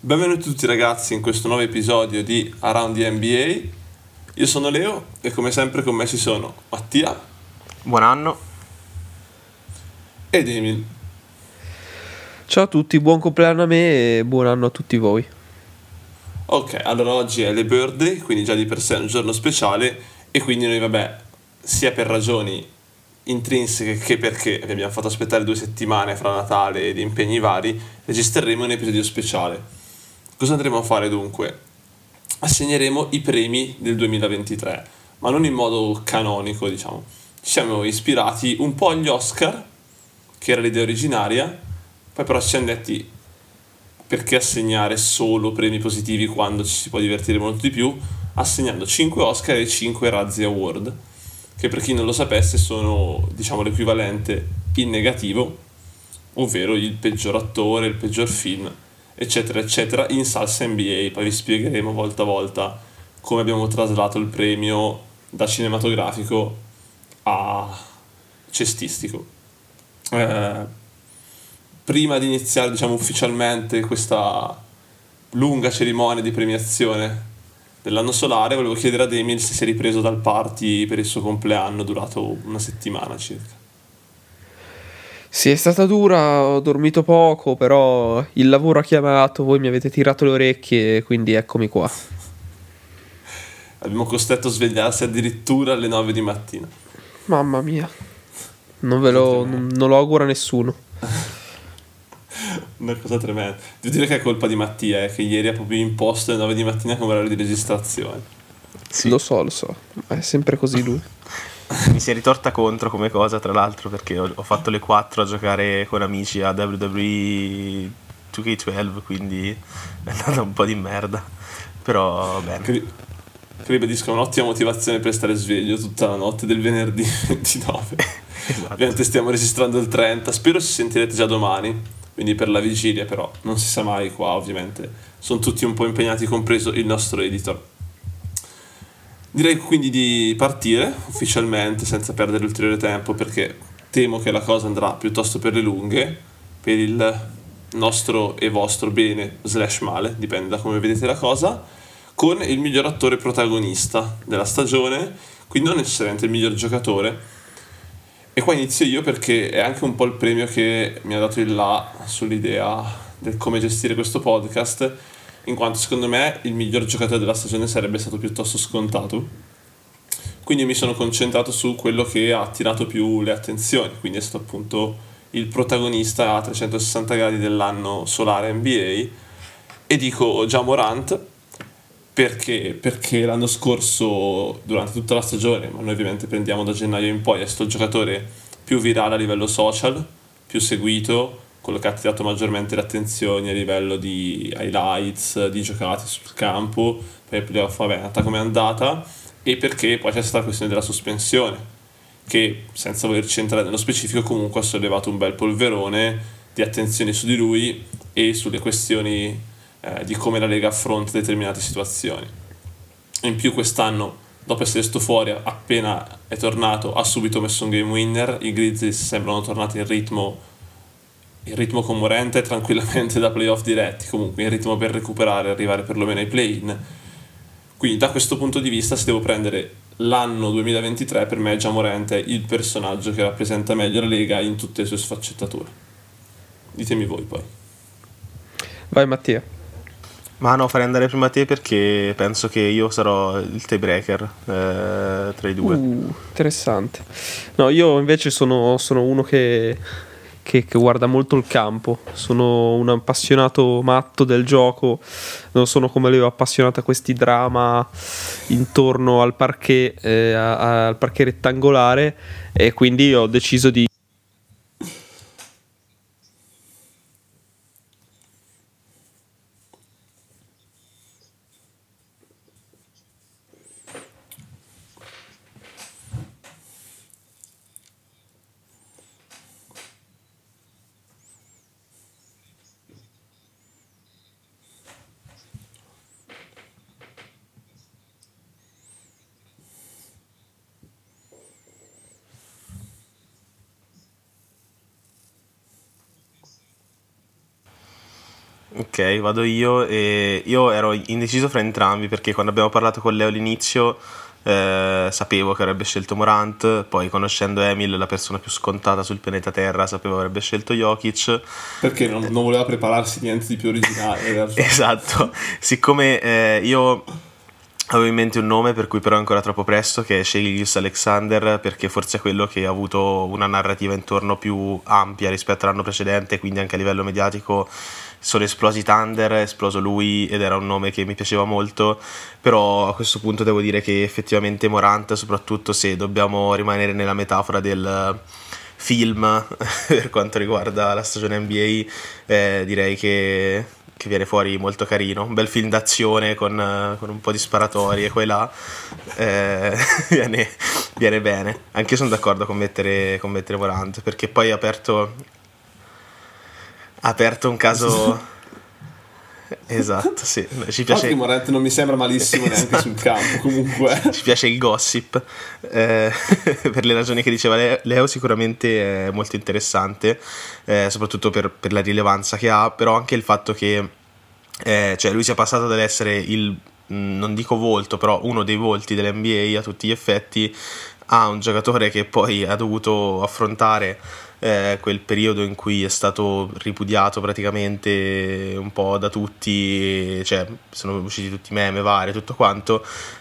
Benvenuti tutti ragazzi in questo nuovo episodio di Around the NBA. Io sono Leo e come sempre con me ci sono Mattia. Buon anno. Ed Emil. Ciao a tutti, buon compleanno a me e buon anno a tutti voi. Ok, allora oggi è le birthday, quindi già di per sé è un giorno speciale e quindi noi sia per ragioni intrinseche che perché vi abbiamo fatto aspettare 2 settimane fra Natale ed impegni vari, registreremo un episodio speciale. Cosa andremo a fare dunque? Assegneremo i premi del 2023, ma non in modo canonico, diciamo. Ci siamo ispirati un po' agli Oscar, che era l'idea originaria, poi però ci siamo detti perché assegnare solo premi positivi quando ci si può divertire molto di più, assegnando 5 Oscar e 5 Razzie Award, che per chi non lo sapesse sono, diciamo, l'equivalente in negativo, ovvero il peggior attore, il peggior film, eccetera eccetera, in salsa NBA. Poi vi spiegheremo volta a volta come abbiamo traslato il premio da cinematografico a cestistico. Prima di iniziare, diciamo, ufficialmente questa lunga cerimonia di premiazione dell'anno solare, volevo chiedere ad Emil se si è ripreso dal party per il suo compleanno durato una settimana circa. Sì, è stata dura, ho dormito poco, però il lavoro ha chiamato, voi mi avete tirato le orecchie, quindi eccomi qua. Abbiamo costretto a svegliarsi addirittura alle 9 di mattina. Mamma mia, non lo auguro a nessuno. Una cosa tremenda. Devo dire che è colpa di Mattia, che ieri ha proprio imposto alle 9 di mattina come orario di registrazione. Sì. Lo so, è sempre così lui. Mi si è ritorta contro come cosa, tra l'altro, perché ho fatto le 4 a giocare con amici a WWE 2K12, quindi è andata un po' di merda. Però bene. Che ribadisco, un'ottima motivazione per stare sveglio tutta la notte del venerdì 29. Esatto. Ovviamente stiamo registrando il 30, spero ci sentirete già domani, quindi per la vigilia, però non si sa mai qua, ovviamente. Sono tutti un po' impegnati, compreso il nostro editor. Direi quindi di partire ufficialmente senza perdere ulteriore tempo, perché temo che la cosa andrà piuttosto per le lunghe, per il nostro e vostro bene / male, dipende da come vedete la cosa, con il miglior attore protagonista della stagione, quindi non necessariamente il miglior giocatore. E qua inizio io perché è anche un po' il premio che mi ha dato il là sull'idea del come gestire questo podcast, in quanto secondo me il miglior giocatore della stagione sarebbe stato piuttosto scontato. Quindi mi sono concentrato su quello che ha attirato più le attenzioni, quindi è stato appunto il protagonista a 360 gradi dell'anno solare NBA, e dico Ja Morant perché l'anno scorso, durante tutta la stagione, ma noi ovviamente prendiamo da gennaio in poi, è stato il giocatore più virale a livello social, più seguito, quello che ha attirato maggiormente le attenzioni a livello di highlights, di giocate sul campo, poi playoff, vabbè, è andata come è andata, e perché poi c'è stata la questione della sospensione, che senza volerci entrare nello specifico comunque ha sollevato un bel polverone di attenzioni su di lui e sulle questioni di come la Lega affronta determinate situazioni. In più quest'anno, dopo essere stato fuori, appena è tornato ha subito messo un game winner. I Grizzlies sembrano tornati in ritmo commovente, tranquillamente da playoff diretti, comunque in ritmo per recuperare e arrivare perlomeno ai play-in. Quindi da questo punto di vista, se devo prendere l'anno 2023, per me Ja Morant è il personaggio che rappresenta meglio la Lega in tutte le sue sfaccettature. Ditemi voi poi. Vai Mattia. Ma no, farei andare prima te perché penso che io sarò il tiebreaker tra i due. Interessante. No, io invece sono uno che guarda molto il campo. Sono un appassionato matto del gioco. Non sono come lui appassionato a questi drama intorno al parquet, al parquet rettangolare, e quindi ho deciso di Ok, vado io. E io ero indeciso fra entrambi perché quando abbiamo parlato con Leo all'inizio sapevo che avrebbe scelto Morant, poi conoscendo Emil, la persona più scontata sul pianeta Terra, sapevo che avrebbe scelto Jokic. Perché non voleva prepararsi niente di più originale in realtà. Esatto, siccome io avevo in mente un nome per cui però è ancora troppo presto, che è Shai Gilgeous-Alexander, perché forse è quello che ha avuto una narrativa intorno più ampia rispetto all'anno precedente, quindi anche a livello mediatico sono esplosi Thunder, è esploso lui ed era un nome che mi piaceva molto, però a questo punto devo dire che effettivamente Morant, soprattutto se dobbiamo rimanere nella metafora del film per quanto riguarda la stagione NBA, direi che viene fuori molto carino, un bel film d'azione con un po' di sparatorie qua e là, viene bene. Anche io sono d'accordo con mettere Morant, perché poi ha aperto un caso. Esatto, sì, ci piace. Morant non mi sembra malissimo neanche sul campo, comunque. Ci piace il gossip, per le ragioni che diceva Leo, sicuramente è molto interessante, soprattutto per la rilevanza che ha, però anche il fatto che cioè lui sia passato dall'essere non dico volto, però uno dei volti dell'NBA a tutti gli effetti, a un giocatore che poi ha dovuto affrontare quel periodo in cui è stato ripudiato praticamente un po' da tutti, cioè sono usciti tutti i meme vari, tutto quanto,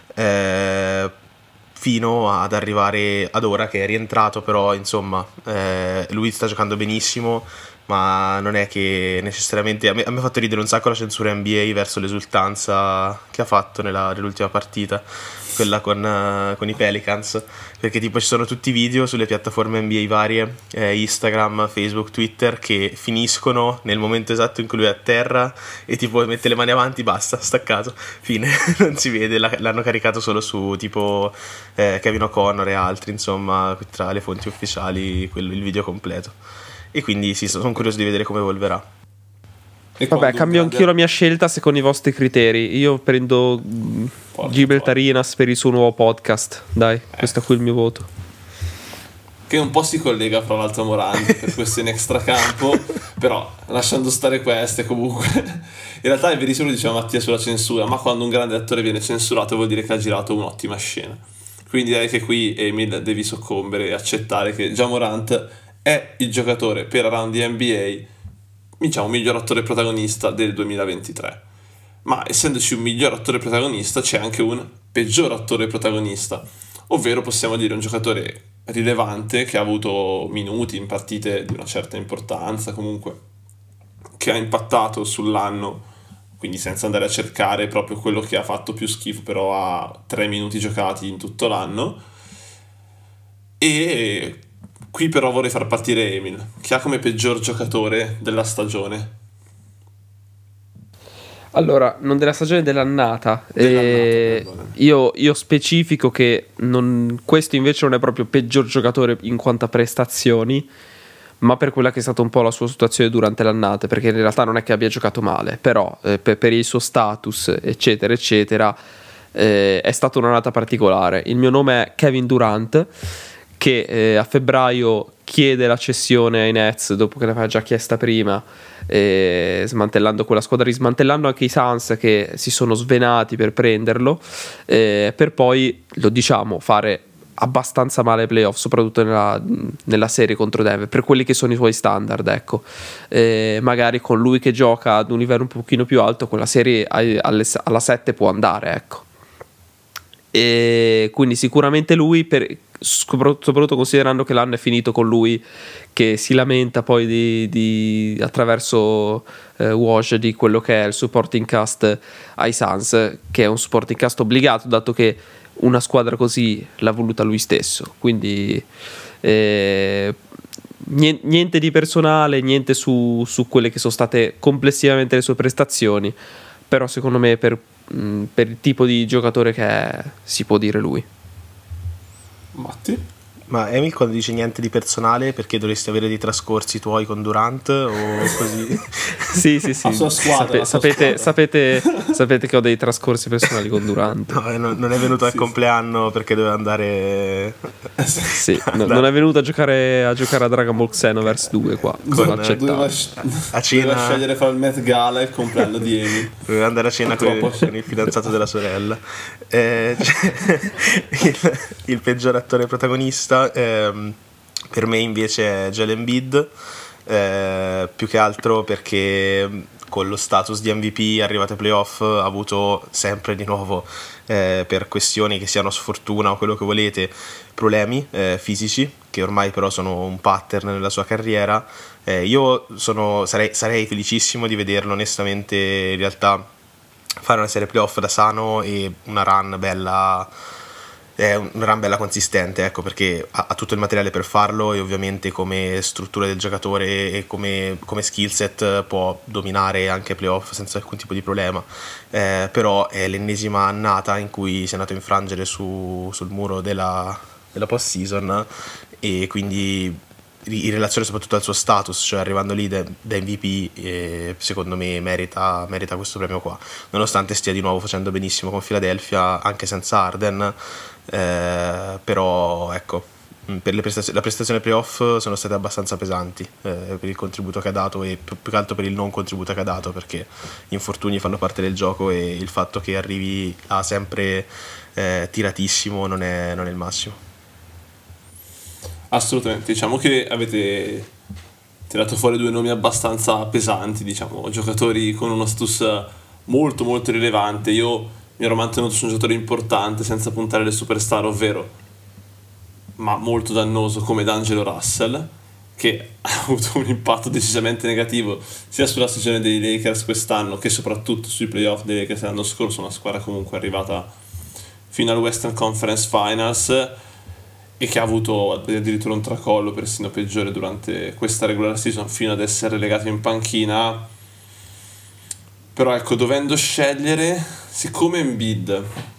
fino ad arrivare ad ora che è rientrato, però insomma lui sta giocando benissimo, ma non è che necessariamente a me ha fatto ridere un sacco la censura NBA verso l'esultanza che ha fatto nell'ultima partita, quella con i Pelicans, perché tipo ci sono tutti i video sulle piattaforme NBA varie, Instagram, Facebook, Twitter, che finiscono nel momento esatto in cui lui è a terra e tipo mette le mani avanti, basta, staccato, fine. Non si vede, l'hanno caricato solo su tipo Kevin O'Connor e altri, insomma, tra le fonti ufficiali il video completo. E quindi sì, sono curioso di vedere come evolverà. Vabbè, cambio anch'io la mia scelta secondo i vostri criteri. Io prendo Gilbert Arenas per il suo nuovo podcast. Dai, questo è qui il mio voto. Che un po' si collega fra l'altro a Morant per questioni extracampo, però lasciando stare queste comunque. In realtà è verissimo, diceva Mattia sulla censura, ma quando un grande attore viene censurato vuol dire che ha girato un'ottima scena. Quindi direi che qui, Emil, devi soccombere e accettare che già Morant è il giocatore per round di NBA, diciamo, miglior attore protagonista del 2023. Ma essendoci un miglior attore protagonista c'è anche un peggior attore protagonista, ovvero possiamo dire un giocatore rilevante che ha avuto minuti in partite di una certa importanza, comunque che ha impattato sull'anno, quindi senza andare a cercare proprio quello che ha fatto più schifo, però ha 3 minuti giocati in tutto l'anno. E qui però vorrei far partire Emil, che ha come peggior giocatore della stagione. Allora, non della stagione, dell'annata. Io specifico che questo invece non è proprio peggior giocatore in quanto a prestazioni, ma per quella che è stata un po' la sua situazione durante l'annata, perché in realtà non è che abbia giocato male, però per il suo status, eccetera, eccetera, è stata un'annata particolare. Il mio nome è Kevin Durant, che a febbraio chiede la cessione ai Nets dopo che l'aveva già chiesta prima, smantellando quella squadra, rismantellando anche i Suns che si sono svenati per prenderlo, per poi, lo diciamo, fare abbastanza male ai playoff, soprattutto nella serie contro Denver, per quelli che sono i suoi standard, ecco. Magari con lui che gioca ad un livello un pochino più alto, quella serie alla 7 può andare, ecco. E quindi sicuramente lui, soprattutto considerando che l'anno è finito con lui che si lamenta poi attraverso Woj di quello che è il supporting cast ai Suns, che è un supporting cast obbligato dato che una squadra così l'ha voluta lui stesso, quindi niente di personale, niente su quelle che sono state complessivamente le sue prestazioni, però secondo me per il tipo di giocatore che è, si può dire lui. Matti? Ma Emil, quando dice niente di personale, perché dovresti avere dei trascorsi tuoi con Durant o così? Sì. La sua squadra, la sua Sapete che ho dei trascorsi personali con Durant. No, non è venuto al compleanno perché doveva andare... Sì, non è venuto a giocare a Dragon Ball Xenoverse 2 qua. Doveva a cena scegliere fra il Met Gala e il compleanno di Amy. Doveva andare a cena con il fidanzato della sorella. Il peggior attore protagonista per me invece è Joel Embiid, più che altro perché con lo status di MVP arrivato ai playoff ha avuto sempre di nuovo, per questioni che siano sfortuna o quello che volete, problemi fisici che ormai però sono un pattern nella sua carriera. Io sarei felicissimo di vederlo onestamente in realtà fare una serie playoff da sano e una run bella consistente, ecco, perché ha tutto il materiale per farlo e ovviamente come struttura del giocatore e come skill set può dominare anche i playoff senza alcun tipo di problema, però è l'ennesima annata in cui si è andato a infrangere sul muro della post season e quindi in relazione soprattutto al suo status, cioè arrivando lì da MVP, secondo me merita questo premio qua, nonostante stia di nuovo facendo benissimo con Philadelphia anche senza Harden, però ecco, per la prestazione playoff sono state abbastanza pesanti, per il contributo che ha dato e più che altro per il non contributo che ha dato, perché gli infortuni fanno parte del gioco e il fatto che arrivi a sempre tiratissimo non è il massimo. Assolutamente, diciamo che avete tirato fuori due nomi abbastanza pesanti, diciamo, giocatori con uno status molto molto rilevante. Io mi ero mantenuto su un giocatore importante senza puntare alle superstar, ovvero, ma molto dannoso, come D'Angelo Russell, che ha avuto un impatto decisamente negativo sia sulla stagione dei Lakers quest'anno che soprattutto sui playoff dei Lakers l'anno scorso, una squadra comunque arrivata fino al Western Conference Finals e che ha avuto addirittura un tracollo persino peggiore durante questa regular season fino ad essere legato in panchina. Però ecco, dovendo scegliere, siccome Embiid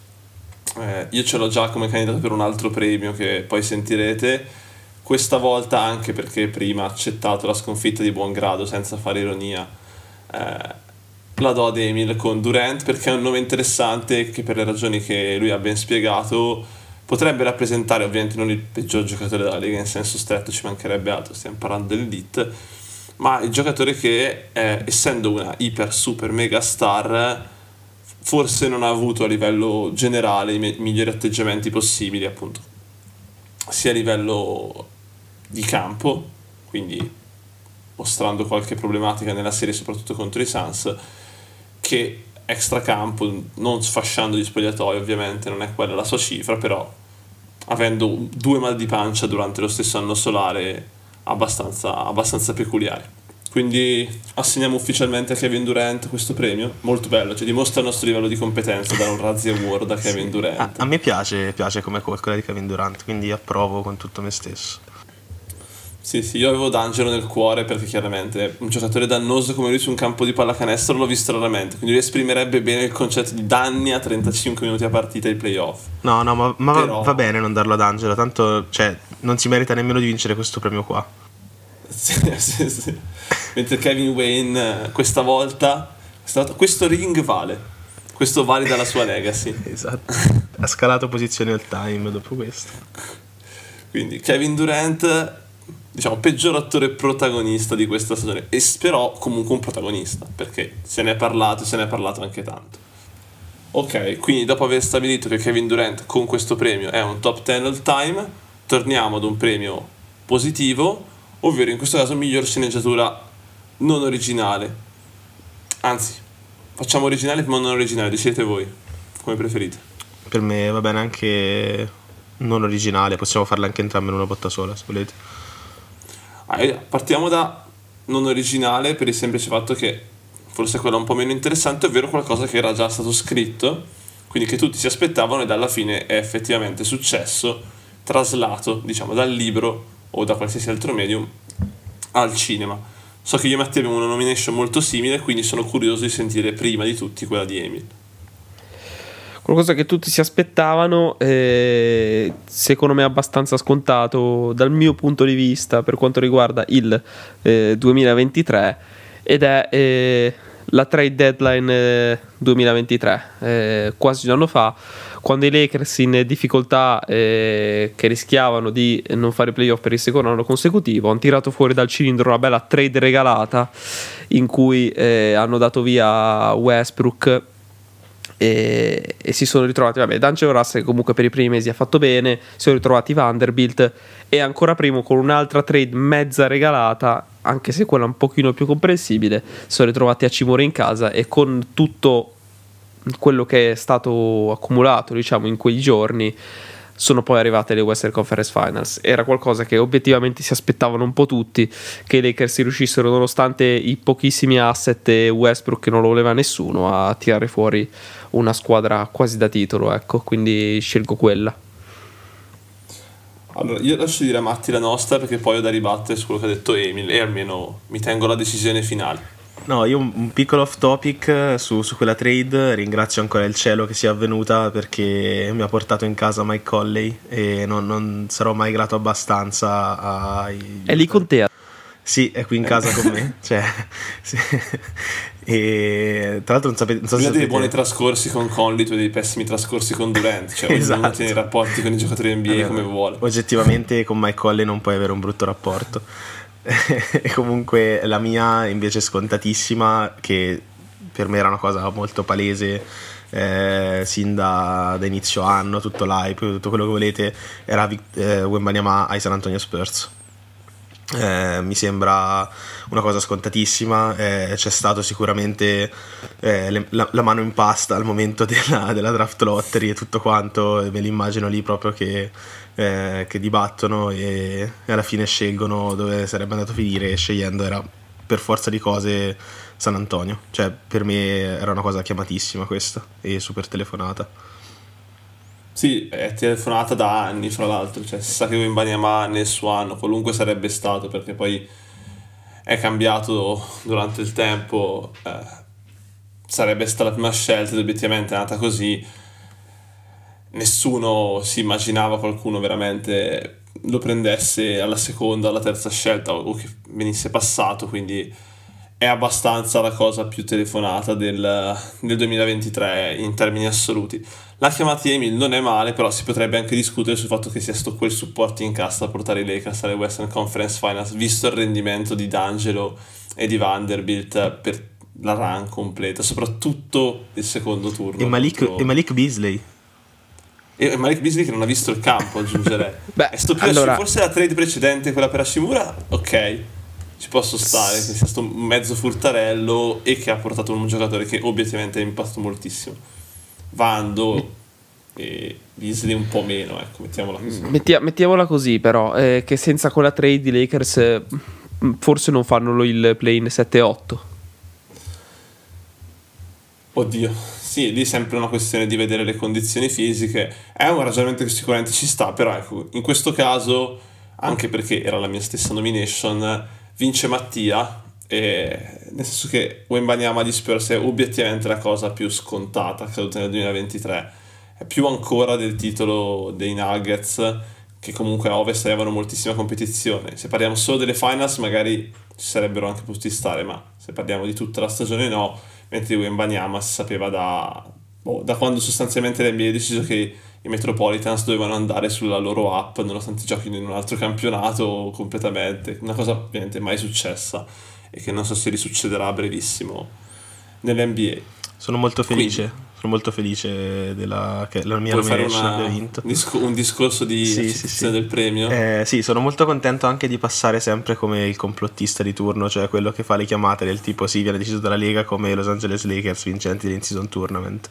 io ce l'ho già come candidato per un altro premio che poi sentirete, questa volta anche perché prima ha accettato la sconfitta di buon grado senza fare ironia, la do ad Emil con Durant, perché è un nome interessante che per le ragioni che lui ha ben spiegato potrebbe rappresentare ovviamente non il peggior giocatore della Lega in senso stretto, ci mancherebbe altro, stiamo parlando dell'elite, ma il giocatore che essendo una iper super mega star forse non ha avuto a livello generale i migliori atteggiamenti possibili, appunto sia a livello di campo, quindi mostrando qualche problematica nella serie soprattutto contro i Suns, che extracampo, non sfasciando gli spogliatoi, ovviamente non è quella la sua cifra, però avendo 2 mal di pancia durante lo stesso anno solare abbastanza peculiari. Quindi assegniamo ufficialmente a Kevin Durant questo premio, molto bello, cioè dimostra il nostro livello di competenza, dare un Razzie Award a Kevin Durant. A me piace come quella di Kevin Durant, quindi approvo con tutto me stesso. Sì, io avevo D'Angelo nel cuore perché chiaramente un giocatore dannoso come lui su un campo di pallacanestro l'ho visto raramente, quindi lui esprimerebbe bene il concetto di danni a 35 minuti a partita ai playoff. No, ma però va bene non darlo ad D'Angelo, tanto cioè, non si merita nemmeno di vincere questo premio qua. Sì. Mentre Kevin Wayne questa volta questo ring questo valida la sua legacy. Esatto, ha scalato posizioni all time dopo questo. Quindi Kevin Durant, diciamo, peggior attore protagonista di questa stagione, e però comunque un protagonista, perché se ne è parlato anche tanto. Ok, quindi dopo aver stabilito che Kevin Durant con questo premio è un top 10 all time, torniamo ad un premio positivo, ovvero in questo caso miglior sceneggiatura non originale. Anzi, facciamo originale ma non originale, decidete voi come preferite. Per me va bene anche non originale, possiamo farla anche entrambe in una botta sola se volete. Partiamo da non originale per il semplice fatto che forse è quella un po' meno interessante, ovvero qualcosa che era già stato scritto, quindi che tutti si aspettavano ed alla fine è effettivamente successo, traslato, diciamo, dal libro o da qualsiasi altro medium al cinema. So che io e Mattia abbiamo una nomination molto simile, quindi sono curioso di sentire prima di tutti quella di Emil. qualcosa che tutti si aspettavano, secondo me abbastanza scontato dal mio punto di vista per quanto riguarda il 2023, ed è la trade deadline 2023, quasi un anno fa, quando i Lakers in difficoltà, che rischiavano di non fare playoff per il secondo anno consecutivo, hanno tirato fuori dal cilindro una bella trade regalata in cui hanno dato via Westbrook e si sono ritrovati, vabbè, D'Angelo Russell comunque per i primi mesi ha fatto bene, si sono ritrovati Vanderbilt, e ancora prima con un'altra trade mezza regalata, anche se quella un pochino più comprensibile, si sono ritrovati a Cimore in casa, e con tutto quello che è stato accumulato, diciamo, in quei giorni, sono poi arrivate le Western Conference Finals. Era qualcosa che obiettivamente si aspettavano un po' tutti, che i Lakers riuscissero, nonostante i pochissimi asset e Westbrook che non lo voleva nessuno, a tirare fuori una squadra quasi da titolo, ecco, quindi scelgo quella. Allora, io lascio dire a Matti la nostra, perché poi ho da ribattere su quello che ha detto Emil, e almeno mi tengo la decisione finale. No, io un piccolo off topic su quella trade. Ringrazio ancora il cielo che sia avvenuta, perché mi ha portato in casa Mike Conley e non sarò mai grato abbastanza ai... È lì con te? Sì, è qui in casa con me, cioè, sì. E tra l'altro non so Prima se dei sapete... buoni trascorsi con Conley, tu hai dei pessimi trascorsi con Durant, cioè Esatto. ognuno tiene i rapporti con i giocatori NBA Vabbè, come vuole. oggettivamente con Mike Conley non puoi avere un brutto rapporto. E comunque la mia invece scontatissima, che per me era una cosa molto palese sin da inizio anno, tutto l'hype, tutto quello che volete, era Wembanyama ai San Antonio Spurs. Mi sembra una cosa scontatissima. C'è stato sicuramente la mano in pasta al momento della draft lottery e tutto quanto, e me li immagino lì proprio che dibattono e alla fine scelgono dove sarebbe andato a finire, e scegliendo era per forza di cose San Antonio. Cioè, per me era una cosa chiamatissima questa, e super telefonata. Sì, è telefonata da anni, fra l'altro, cioè si sa che Wembanyama nel suo anno, qualunque sarebbe stato, perché poi è cambiato durante il tempo, sarebbe stata la prima scelta ed obiettivamente è nata così. Nessuno si immaginava qualcuno veramente lo prendesse alla seconda, alla terza scelta, o che venisse passato, quindi è abbastanza la cosa più telefonata del 2023 in termini assoluti. La chiamata di Emil non è male, però si potrebbe anche discutere sul fatto che sia stato quel supporto in cassa a portare i Lakers alle Western Conference Finals, visto il rendimento di D'Angelo e di Vanderbilt per la run completa, soprattutto il secondo turno. E Malik Beasley. E Malik Beasley che non ha visto il campo, aggiungerei. Beh, è stato più allora... forse la trade precedente, quella per Hashimura, ok, ci posso stare, che sia stato un mezzo furtarello e che ha portato un giocatore che obiettivamente ha impatto moltissimo. Vando e Beasley un po' meno, ecco, mettiamola così. Mettiamola così, però, che senza quella trade i Lakers forse non fanno il play-in 7-8. Oddio, sì, lì è sempre una questione di vedere le condizioni fisiche. È un ragionamento che sicuramente ci sta, però ecco, in questo caso, anche perché era la mia stessa nomination, vince Mattia, nel senso che Wembanyama di Spurs è obiettivamente la cosa più scontata accaduta nel 2023. È più ancora del titolo dei Nuggets, che comunque a Ovest avevano moltissima competizione. Se parliamo solo delle Finals magari ci sarebbero anche potuti stare, ma se parliamo di tutta la stagione no, mentre di Wembanyama si sapeva da quando sostanzialmente l'NBA ha deciso che i Metropolitans dovevano andare sulla loro app nonostante giochino in un altro campionato completamente, una cosa ovviamente mai successa e che non so se risuccederà a brevissimo nell'NBA. Sono molto felice. Sono molto felice che la mia Puoi nomination abbia fare vinto. un discorso di accettazione del premio? Sì, sono molto contento anche di passare sempre come il complottista di turno, cioè quello che fa le chiamate del tipo sì, viene deciso dalla Lega come Los Angeles Lakers vincenti dell'in-season tournament.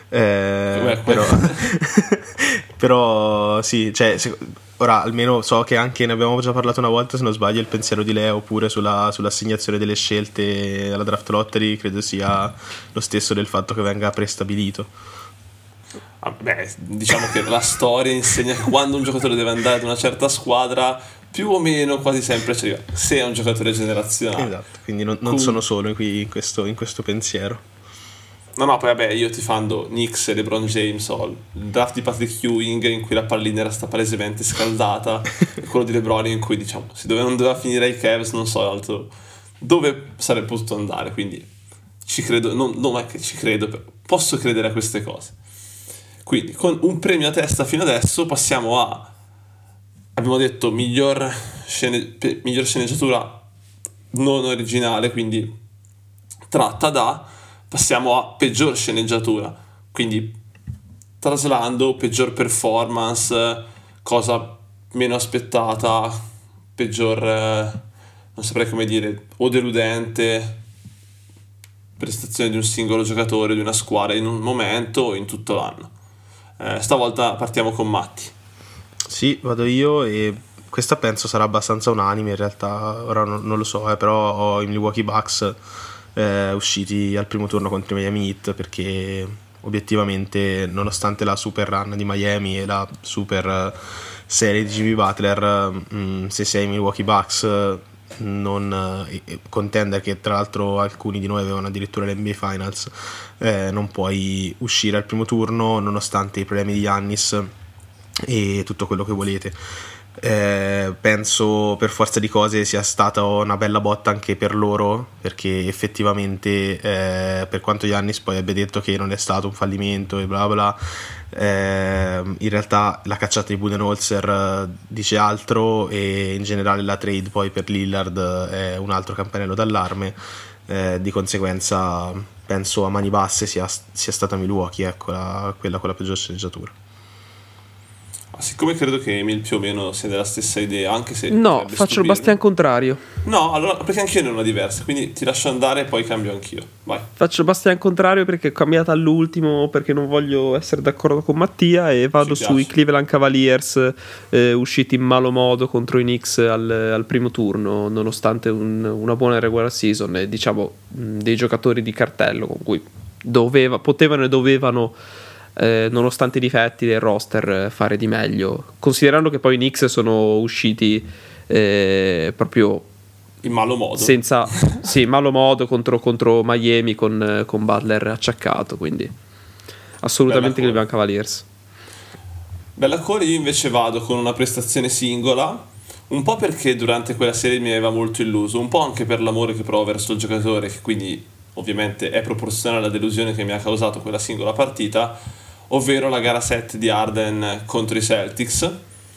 Però sì, cioè, ora almeno so che anche ne abbiamo già parlato una volta, se non sbaglio, il pensiero di Leo pure sull'assegnazione delle scelte alla draft lottery credo sia lo stesso del fatto che venga prestabilito. Beh, diciamo che la storia insegna che quando un giocatore deve andare ad una certa squadra più o meno quasi sempre ci arriva, se è un giocatore generazionale. Esatto, quindi non sono solo qui in questo pensiero. No, poi vabbè, io tifando Knicks e LeBron James ho il draft di Patrick Ewing in cui la pallina era stata palesemente scaldata e quello di LeBron in cui diciamo non doveva finire ai Cavs, non so altro dove sarebbe potuto andare, quindi ci credo, non è che ci credo, posso credere a queste cose. Quindi con un premio a testa fino adesso passiamo a, abbiamo detto, miglior sceneggiatura non originale, quindi tratta da, passiamo a peggior sceneggiatura, quindi traslando peggior performance, cosa meno aspettata, peggior, non saprei come dire, o deludente, prestazione di un singolo giocatore, di una squadra in un momento o in tutto l'anno. Stavolta partiamo con Matti. Sì, vado io e questa penso sarà abbastanza unanime in realtà, ora non lo so, però ho i Milwaukee Bucks usciti al primo turno contro i Miami Heat, perché obiettivamente, nonostante la super run di Miami e la super serie di Jimmy Butler, se sei Milwaukee Bucks, non contender, che tra l'altro alcuni di noi avevano addirittura l'NBA Finals, non puoi uscire al primo turno nonostante i problemi di Giannis e tutto quello che volete. Penso per forza di cose sia stata una bella botta anche per loro, perché effettivamente per quanto Giannis poi abbia detto che non è stato un fallimento e bla bla, in realtà la cacciata di Budenholzer dice altro, e in generale la trade poi per Lillard è un altro campanello d'allarme. Di conseguenza penso a mani basse sia stata Milwaukee, ecco, quella con la peggior sceneggiatura. Siccome credo che Emil più o meno sia della stessa idea, anche se no, faccio il bastian contrario. No, allora, perché anch'io ne ho una diversa, quindi ti lascio andare e poi cambio anch'io. Vai. Faccio il bastian contrario perché ho cambiato all'ultimo, perché non voglio essere d'accordo con Mattia, e vado sui Cleveland Cavaliers, usciti in malo modo contro i Knicks al primo turno, nonostante una buona regular season e diciamo dei giocatori di cartello con cui potevano e dovevano, nonostante i difetti del roster, fare di meglio, considerando che poi i Knicks sono usciti proprio in malo modo, senza malo modo contro Miami con Butler acciaccato, quindi assolutamente Cleveland Cavaliers. Bella core. Io invece vado con una prestazione singola, un po' perché durante quella serie mi aveva molto illuso, un po' anche per l'amore che provo verso il giocatore, che quindi ovviamente è proporzionale alla delusione che mi ha causato quella singola partita, ovvero la gara 7 di Harden contro i Celtics,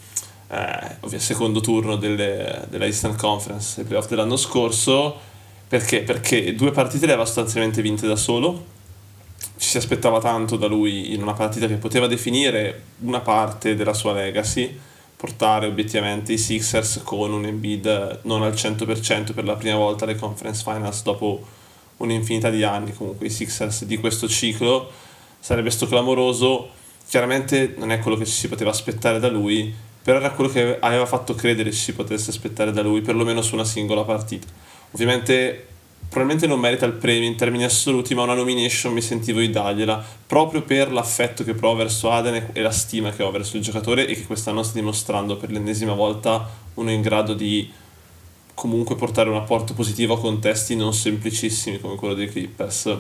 secondo turno della Eastern Conference, i playoff dell'anno scorso. Perché due partite le aveva sostanzialmente vinte da solo, ci si aspettava tanto da lui in una partita che poteva definire una parte della sua legacy, portare obiettivamente i Sixers con un Embiid non al 100% per la prima volta alle Conference Finals dopo un'infinità di anni. Comunque i Sixers di questo ciclo sarebbe stato clamoroso. Chiaramente non è quello che ci si poteva aspettare da lui, però era quello che aveva fatto credere ci si potesse aspettare da lui, perlomeno su una singola partita. Ovviamente probabilmente non merita il premio in termini assoluti, ma una nomination mi sentivo di dargliela, proprio per l'affetto che provo verso Harden e la stima che ho verso il giocatore, e che quest'anno sta dimostrando per l'ennesima volta uno in grado di comunque portare un apporto positivo a contesti non semplicissimi come quello dei Clippers.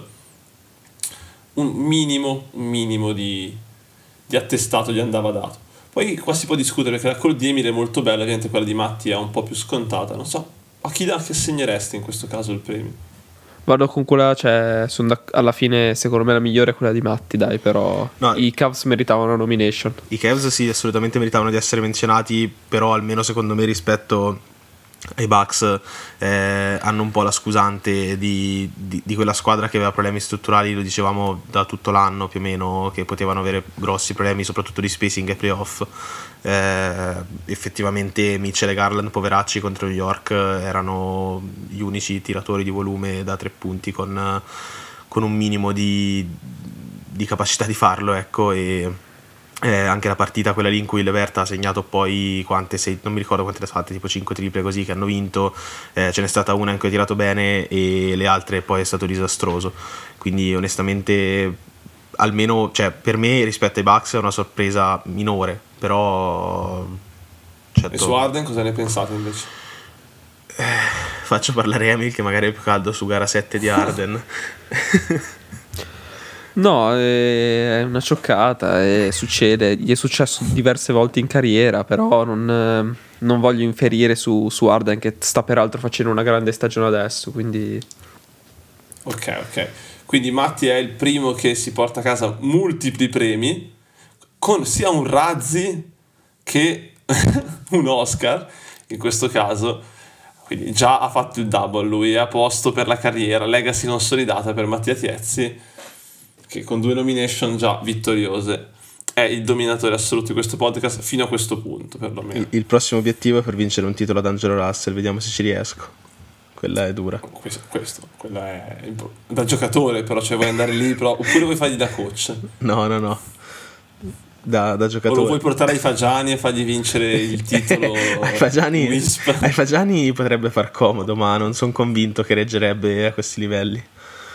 Un minimo di attestato gli andava dato. Poi qua si può discutere, perché la call di Emile è molto bella, ovviamente quella di Matti è un po' più scontata. Non so, a chi assegneresti in questo caso il premio? Vado con quella, cioè, alla fine secondo me la migliore è quella di Matti, dai, però no, i Cavs meritavano una nomination. I Cavs sì, assolutamente meritavano di essere menzionati, però almeno secondo me rispetto ai Bucks hanno un po' la scusante di quella squadra che aveva problemi strutturali, lo dicevamo da tutto l'anno più o meno, che potevano avere grossi problemi soprattutto di spacing ai playoff. Effettivamente Mitchell e Garland, poveracci, contro New York erano gli unici tiratori di volume da 3 punti con un minimo di capacità di farlo, ecco. E anche la partita quella lì in cui Levert ha segnato poi non mi ricordo quante le fatte, tipo 5 triple così, che hanno vinto, ce n'è stata una in cui ha tirato bene e le altre poi è stato disastroso, quindi onestamente almeno, cioè, per me rispetto ai Bucks è una sorpresa minore, però certo. E su Harden cosa ne pensate invece? Faccio parlare Emil, che magari è più caldo su gara 7 di Harden. No, è una cioccata e succede, gli è successo diverse volte in carriera, però non voglio inferire su Harden, che sta peraltro facendo una grande stagione adesso, quindi... Ok. Quindi Matti è il primo che si porta a casa multipli premi, con sia un Razzie che un Oscar, in questo caso. Quindi già ha fatto il double, lui è a posto per la carriera, legacy consolidata per Mattia Tiezzi, che con 2 nomination già vittoriose è il dominatore assoluto di questo podcast fino a questo punto, perlomeno. Il prossimo obiettivo è per vincere un titolo ad Angelo Russell, vediamo se ci riesco. Quella è dura. Quella è da giocatore, però, cioè vuoi andare lì, però, oppure vuoi fargli da coach? No. Da giocatore. O lo vuoi portare ai Fagiani e fargli vincere il titolo? Ai Fagiani potrebbe far comodo, ma non sono convinto che reggerebbe a questi livelli.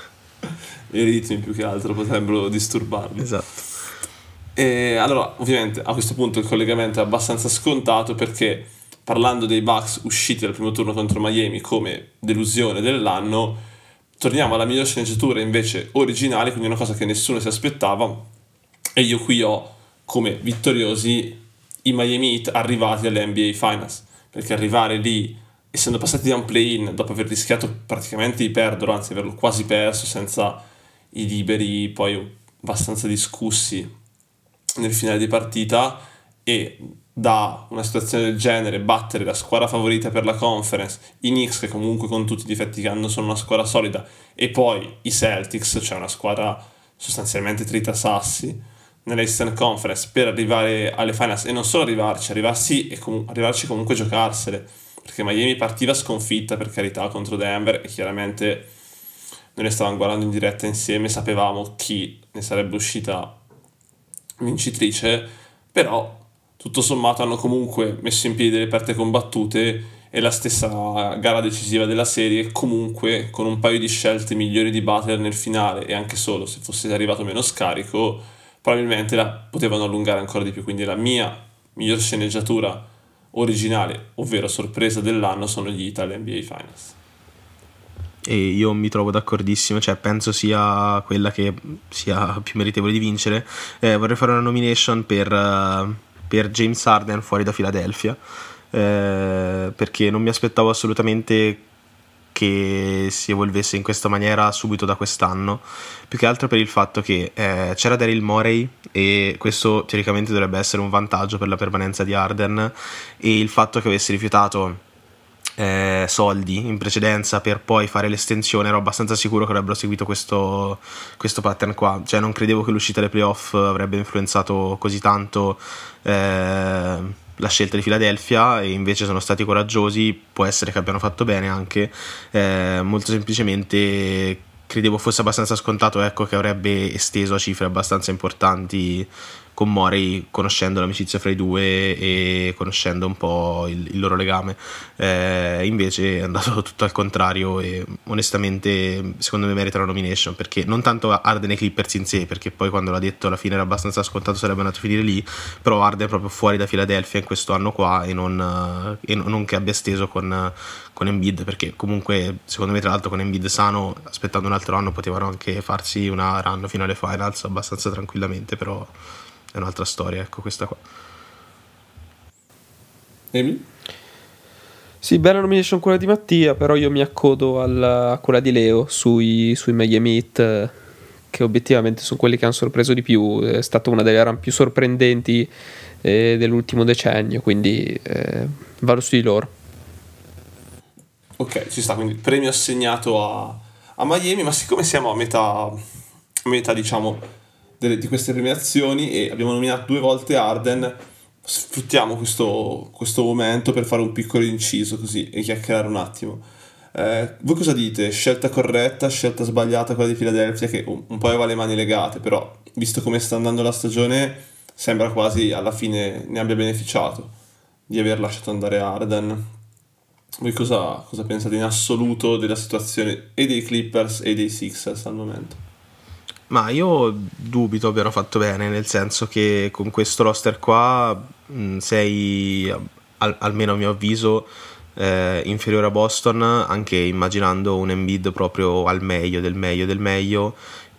I ritmi più che altro potrebbero disturbarli. Esatto. E allora, ovviamente, a questo punto il collegamento è abbastanza scontato, perché parlando dei Bucks usciti dal primo turno contro Miami come delusione dell'anno, torniamo alla miglior sceneggiatura invece originale, quindi una cosa che nessuno si aspettava, e io qui ho come vittoriosi i Miami Heat arrivati alle NBA Finals, perché arrivare lì, essendo passati da un play-in dopo aver rischiato praticamente di perderlo, anzi averlo quasi perso senza i liberi poi abbastanza discussi nel finale di partita, e da una situazione del genere battere la squadra favorita per la conference, i Knicks, che comunque con tutti i difetti che hanno sono una squadra solida, e poi i Celtics, cioè una squadra sostanzialmente tritasassi nella Eastern Conference, per arrivare alle finals, e non solo arrivarci comunque giocarsele, perché Miami partiva sconfitta, per carità, contro Denver, e chiaramente noi ne stavamo guardando in diretta insieme, sapevamo chi ne sarebbe uscita vincitrice, però tutto sommato hanno comunque messo in piedi delle partite combattute, e la stessa gara decisiva della serie comunque con un paio di scelte migliori di Butler nel finale, e anche solo se fosse arrivato meno scarico probabilmente la potevano allungare ancora di più. Quindi la mia miglior sceneggiatura originale, ovvero sorpresa dell'anno, sono gli Heat alle NBA Finals. E io mi trovo d'accordissimo, cioè penso sia quella che sia più meritevole di vincere. Vorrei fare una nomination per James Harden fuori da Philadelphia, perché non mi aspettavo assolutamente che si evolvesse in questa maniera subito da quest'anno, più che altro per il fatto che c'era Daryl Morey, e questo teoricamente dovrebbe essere un vantaggio per la permanenza di Harden, e il fatto che avesse rifiutato soldi in precedenza per poi fare l'estensione, ero abbastanza sicuro che avrebbero seguito questo pattern qua, cioè non credevo che l'uscita dai playoff avrebbe influenzato così tanto la scelta di Philadelphia, e invece sono stati coraggiosi. Può essere che abbiano fatto bene anche, molto semplicemente credevo fosse abbastanza scontato, ecco, che avrebbe esteso a cifre abbastanza importanti con Morey, conoscendo l'amicizia fra i due e conoscendo un po' il loro legame. Invece è andato tutto al contrario, e onestamente secondo me merita la nomination, perché non tanto Harden e Clippers in sé, perché poi quando l'ha detto alla fine era abbastanza scontato sarebbe andato a finire lì, però Harden proprio fuori da Philadelphia in questo anno qua, e non che abbia steso con Embiid, perché comunque secondo me, tra l'altro, con Embiid sano, aspettando un altro anno potevano anche farsi una run fino alle finals abbastanza tranquillamente, però è un'altra storia, ecco, questa qua. Emi? Sì, bella nomination quella di Mattia, però io mi accodo a quella di Leo sui Miami Heat, che obiettivamente sono quelli che hanno sorpreso di più. È stata una delle run più sorprendenti dell'ultimo decennio, quindi vado su di loro. Ok, ci sta, quindi premio assegnato a Miami, ma siccome siamo a metà diciamo di queste premiazioni e abbiamo nominato 2 volte Harden, sfruttiamo questo momento per fare un piccolo inciso così e chiacchierare un attimo. Voi cosa dite? Scelta corretta, scelta sbagliata quella di Philadelphia, che un po' aveva le mani legate, però visto come sta andando la stagione sembra quasi alla fine ne abbia beneficiato di aver lasciato andare Harden. Voi cosa pensate in assoluto della situazione e dei Clippers e dei Sixers al momento? Ma io dubito abbiano fatto bene, nel senso che con questo roster qua sei, almeno a mio avviso, inferiore a Boston, anche immaginando un Embiid proprio al meglio del meglio del meglio,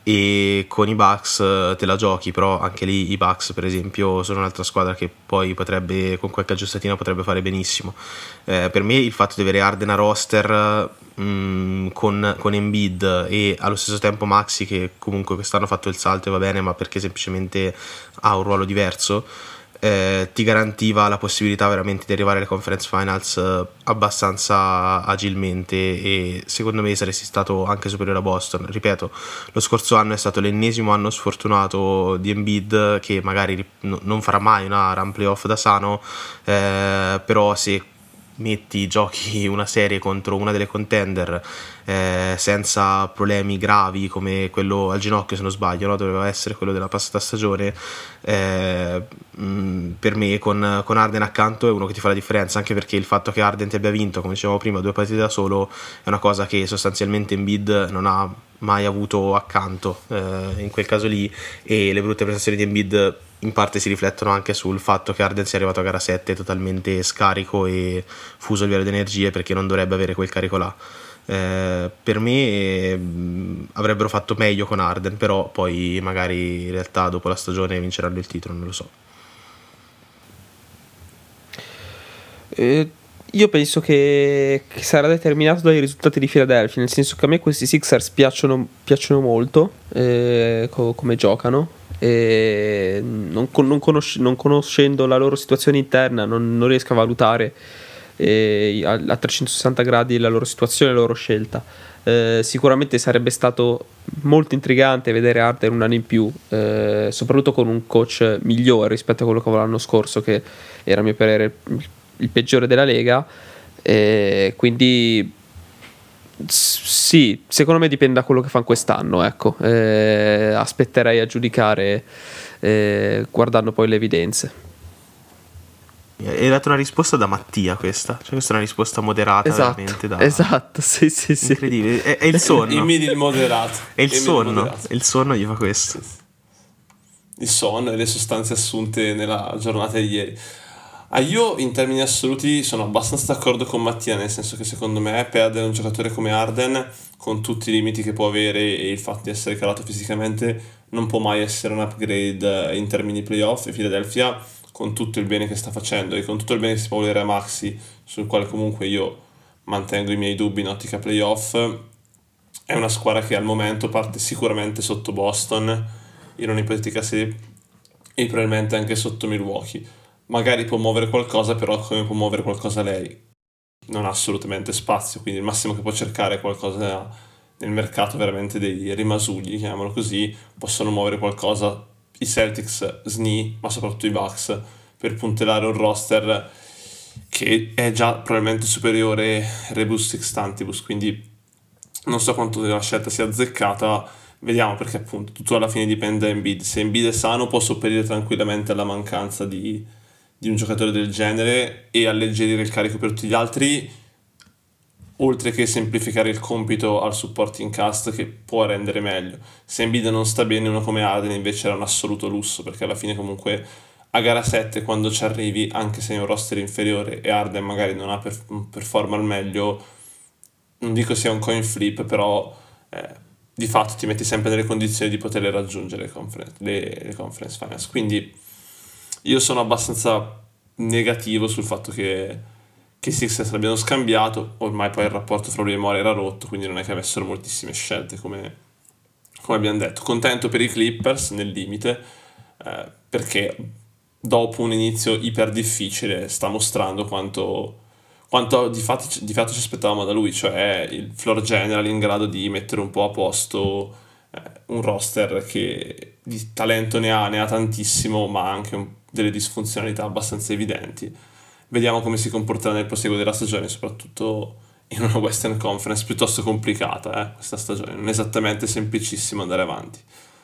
e con i Bucks te la giochi, però anche lì i Bucks per esempio sono un'altra squadra che poi potrebbe, con qualche aggiustatina potrebbe fare benissimo. Per me il fatto di avere Harden a roster con Embiid e allo stesso tempo Maxi, che comunque quest'anno ha fatto il salto e va bene, ma perché semplicemente ha un ruolo diverso, ti garantiva la possibilità veramente di arrivare alle conference finals abbastanza agilmente, e secondo me saresti stato anche superiore a Boston. Ripeto, lo scorso anno è stato l'ennesimo anno sfortunato di Embiid, che magari non farà mai una run playoff da sano, però se giochi una serie contro una delle contender senza problemi gravi come quello al ginocchio, se non sbaglio, no? Doveva essere quello della passata stagione, per me con Harden accanto è uno che ti fa la differenza, anche perché il fatto che Harden ti abbia vinto, come dicevamo prima, 2 partite da solo è una cosa che sostanzialmente Embiid non ha mai avuto accanto in quel caso lì, e le brutte prestazioni di Embiid in parte si riflettono anche sul fatto che Harden sia arrivato a gara 7 totalmente scarico e fuso a livello di energie, perché non dovrebbe avere quel carico là. Per me avrebbero fatto meglio con Harden, però poi magari in realtà dopo la stagione vinceranno il titolo, non lo so. Io penso che sarà determinato dai risultati di Philadelphia, nel senso che a me questi Sixers piacciono molto come giocano, e non conoscendo la loro situazione interna non riesco a valutare a 360 gradi la loro situazione e la loro scelta. Sicuramente sarebbe stato molto intrigante vedere Harden un anno in più, soprattutto con un coach migliore rispetto a quello che aveva l'anno scorso, che era a mio parere il peggiore della Lega, quindi sì, secondo me dipende da quello che fanno quest'anno, ecco. Aspetterei a giudicare guardando poi le evidenze. Hai dato una risposta da Mattia questa, cioè questa è una risposta moderata, Esatto, veramente esatto, sì. Incredibile, è il sonno. Il moderato. È il sonno, il sonno gli fa questo. Il sonno e le sostanze assunte nella giornata di ieri. Io in termini assoluti sono abbastanza d'accordo con Mattia, nel senso che secondo me perdere un giocatore come Harden, con tutti i limiti che può avere e il fatto di essere calato fisicamente, non può mai essere un upgrade in termini playoff. E Philadelphia, con tutto il bene che sta facendo e con tutto il bene che si può volere a Maxi, sul quale comunque io mantengo i miei dubbi in ottica playoff, è una squadra che al momento parte sicuramente sotto Boston in un'ipotetica serie e probabilmente anche sotto Milwaukee. Magari può muovere qualcosa, però come può muovere qualcosa lei non ha assolutamente spazio, quindi il massimo che può cercare è qualcosa nel mercato, veramente dei rimasugli, chiamiamolo così. Possono muovere qualcosa i Celtics, SNI, ma soprattutto i Bucks, per puntellare un roster che è già probabilmente superiore Rebus Sextantibus, quindi non so quanto la scelta sia azzeccata. Vediamo, perché appunto tutto alla fine dipende da Embiid. Se Embiid è sano può sopperire tranquillamente alla mancanza di un giocatore del genere e alleggerire il carico per tutti gli altri, oltre che semplificare il compito al supporting cast, che può rendere meglio. Se Embiid non sta bene, uno come Harden invece era un assoluto lusso, perché alla fine comunque a gara 7 quando ci arrivi, anche se è un roster inferiore e Harden magari non ha performa al meglio, non dico sia un coin flip, però di fatto ti metti sempre nelle condizioni di poterle raggiungere le conference finals. Quindi io sono abbastanza negativo sul fatto che i Sixers l'abbiano scambiato. Ormai poi il rapporto fra lui e Mora era rotto, quindi non è che avessero moltissime scelte, come abbiamo detto. Contento per i Clippers nel limite, perché dopo un inizio iper difficile sta mostrando quanto di fatto ci aspettavamo da lui, cioè il floor general in grado di mettere un po' a posto un roster che di talento ne ha tantissimo, ma anche delle disfunzionalità abbastanza evidenti. Vediamo come si comporterà nel proseguo della stagione, soprattutto in una Western Conference piuttosto complicata, questa stagione, non è esattamente semplicissimo andare avanti.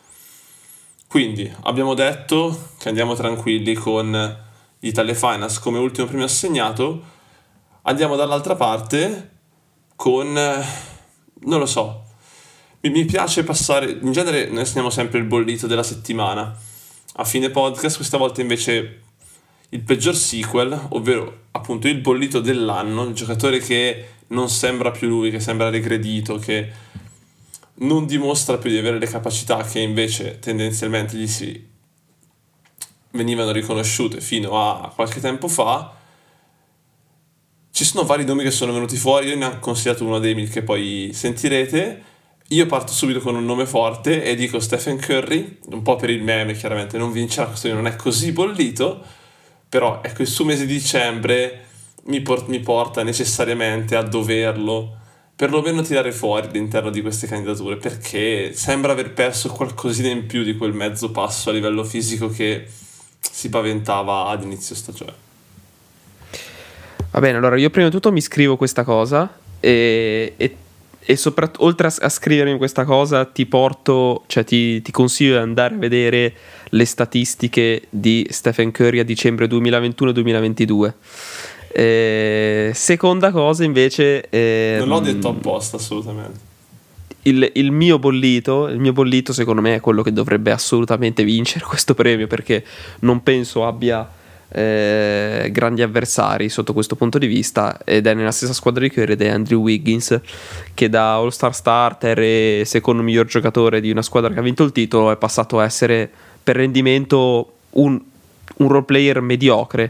Quindi abbiamo detto che andiamo tranquilli con l'Italia Finals come ultimo premio assegnato. Andiamo dall'altra parte con, non lo so, mi piace passare, in genere noi assegniamo sempre il bollito della settimana a fine podcast, questa volta invece il peggior sequel, ovvero appunto il bollito dell'anno, il giocatore che non sembra più lui, che sembra regredito, che non dimostra più di avere le capacità che invece tendenzialmente gli si venivano riconosciute fino a qualche tempo fa. Ci sono vari nomi che sono venuti fuori, io ne ho considerato uno dei che poi sentirete. Io parto subito con un nome forte e dico Stephen Curry, un po' per il meme, chiaramente non vincerà, questo non è così bollito, però ecco, il suo mese di dicembre mi porta necessariamente a doverlo perlomeno tirare fuori all'interno di queste candidature, perché sembra aver perso qualcosina in più di quel mezzo passo a livello fisico che si paventava ad inizio stagione. Va bene, allora io prima di tutto mi scrivo questa cosa e soprattutto, oltre a scrivermi questa cosa, ti porto, cioè ti consiglio di andare a vedere le statistiche di Stephen Curry a dicembre 2021-2022. Seconda cosa invece, non l'ho detto apposta, assolutamente. Il mio bollito secondo me è quello che dovrebbe assolutamente vincere questo premio, perché non penso abbia grandi avversari sotto questo punto di vista, ed è nella stessa squadra di Curry, ed è Andrew Wiggins, che da All-Star starter e secondo miglior giocatore di una squadra che ha vinto il titolo è passato a essere per rendimento un role player mediocre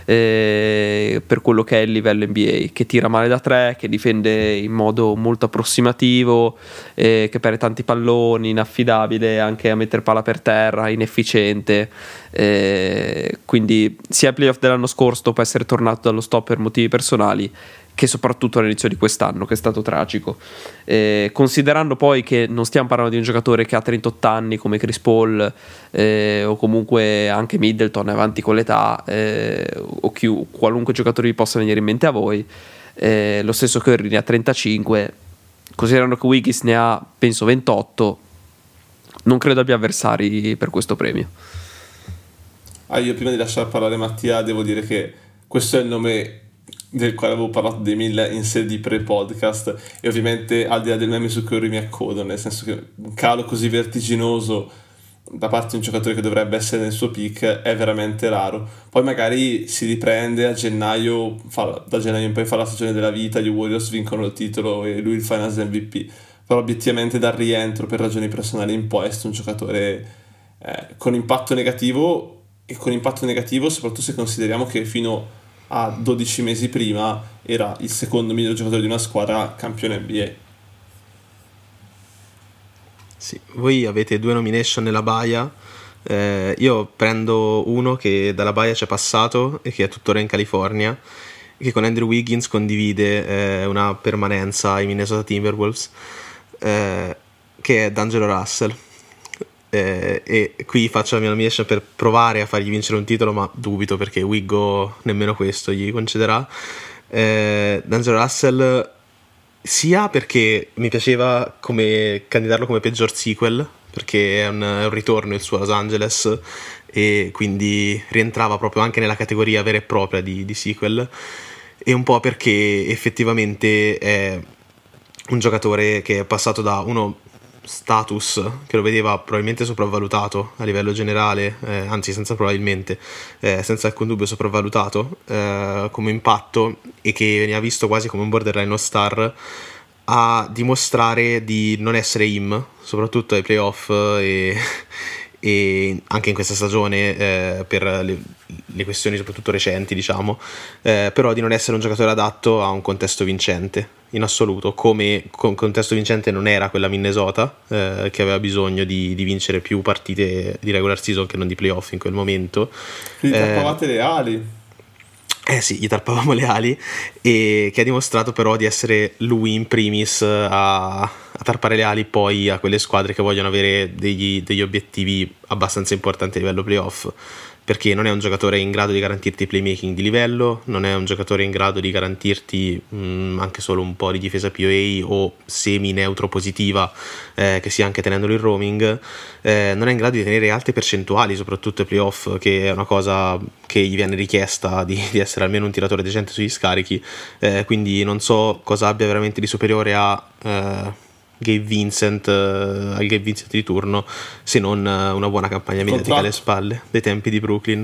per quello che è il livello NBA, che tira male da tre, che difende in modo molto approssimativo, che perde tanti palloni, inaffidabile anche a mettere palla per terra, inefficiente, quindi sia ai playoff dell'anno scorso, dopo essere tornato dallo stop per motivi personali, che soprattutto all'inizio di quest'anno, che è stato tragico, considerando poi che non stiamo parlando di un giocatore che ha 38 anni come Chris Paul, o comunque anche Middleton è avanti con l'età, o qualunque giocatore vi possa venire in mente a voi, lo stesso Curry ne ha 35, considerando che Wiggins ne ha penso 28, non credo abbia avversari per questo premio. Io prima di lasciare parlare Mattia devo dire che questo è il nome del quale avevo parlato dei 1000 in sede di pre-podcast, e ovviamente al di là del meme su Curry mi accodo, nel senso che un calo così vertiginoso da parte di un giocatore che dovrebbe essere nel suo peak è veramente raro. Poi magari si riprende a gennaio, da gennaio in poi fa la stagione della vita, gli Warriors vincono il titolo e lui il Finals MVP, però obiettivamente dal rientro per ragioni personali imposte un giocatore con impatto negativo, e con impatto negativo soprattutto se consideriamo che fino a 12 mesi prima era il secondo miglior giocatore di una squadra campione NBA. Sì, voi avete 2 nomination nella baia, io prendo uno che dalla baia c'è passato e che è tuttora in California, che con Andrew Wiggins condivide una permanenza ai Minnesota Timberwolves, che è D'Angelo Russell. E qui faccio la mia nomination per provare a fargli vincere un titolo, ma dubito, perché Wiggo nemmeno questo gli concederà. D'Angelo Russell, sia perché mi piaceva come candidarlo come peggior sequel, perché è un ritorno il suo Los Angeles, e quindi rientrava proprio anche nella categoria vera e propria di sequel, e un po' perché effettivamente è un giocatore che è passato da uno status che lo vedeva probabilmente sopravvalutato a livello generale, anzi senza alcun dubbio sopravvalutato come impatto, e che veniva visto quasi come un borderline all-star, a dimostrare di non essere soprattutto ai playoff e anche in questa stagione, per le questioni soprattutto recenti, diciamo, però di non essere un giocatore adatto a un contesto vincente in assoluto, come contesto vincente non era quella Minnesota, che aveva bisogno di vincere più partite di regular season che non di playoff in quel momento. Gli tappavate le ali. Sì, gli tappavamo le ali, e che ha dimostrato però di essere lui in primis a tarpare le ali poi a quelle squadre che vogliono avere degli obiettivi abbastanza importanti a livello playoff, perché non è un giocatore in grado di garantirti playmaking di livello, non è un giocatore in grado di garantirti anche solo un po' di difesa POA o semi-neutro positiva, che sia anche tenendolo in roaming, non è in grado di tenere alte percentuali, soprattutto ai playoff, che è una cosa che gli viene richiesta di essere almeno un tiratore decente sugli scarichi, quindi non so cosa abbia veramente di superiore a Gabe Vincent, al Gabe Vincent di turno, se non una buona campagna mediatica alle spalle dei tempi di Brooklyn.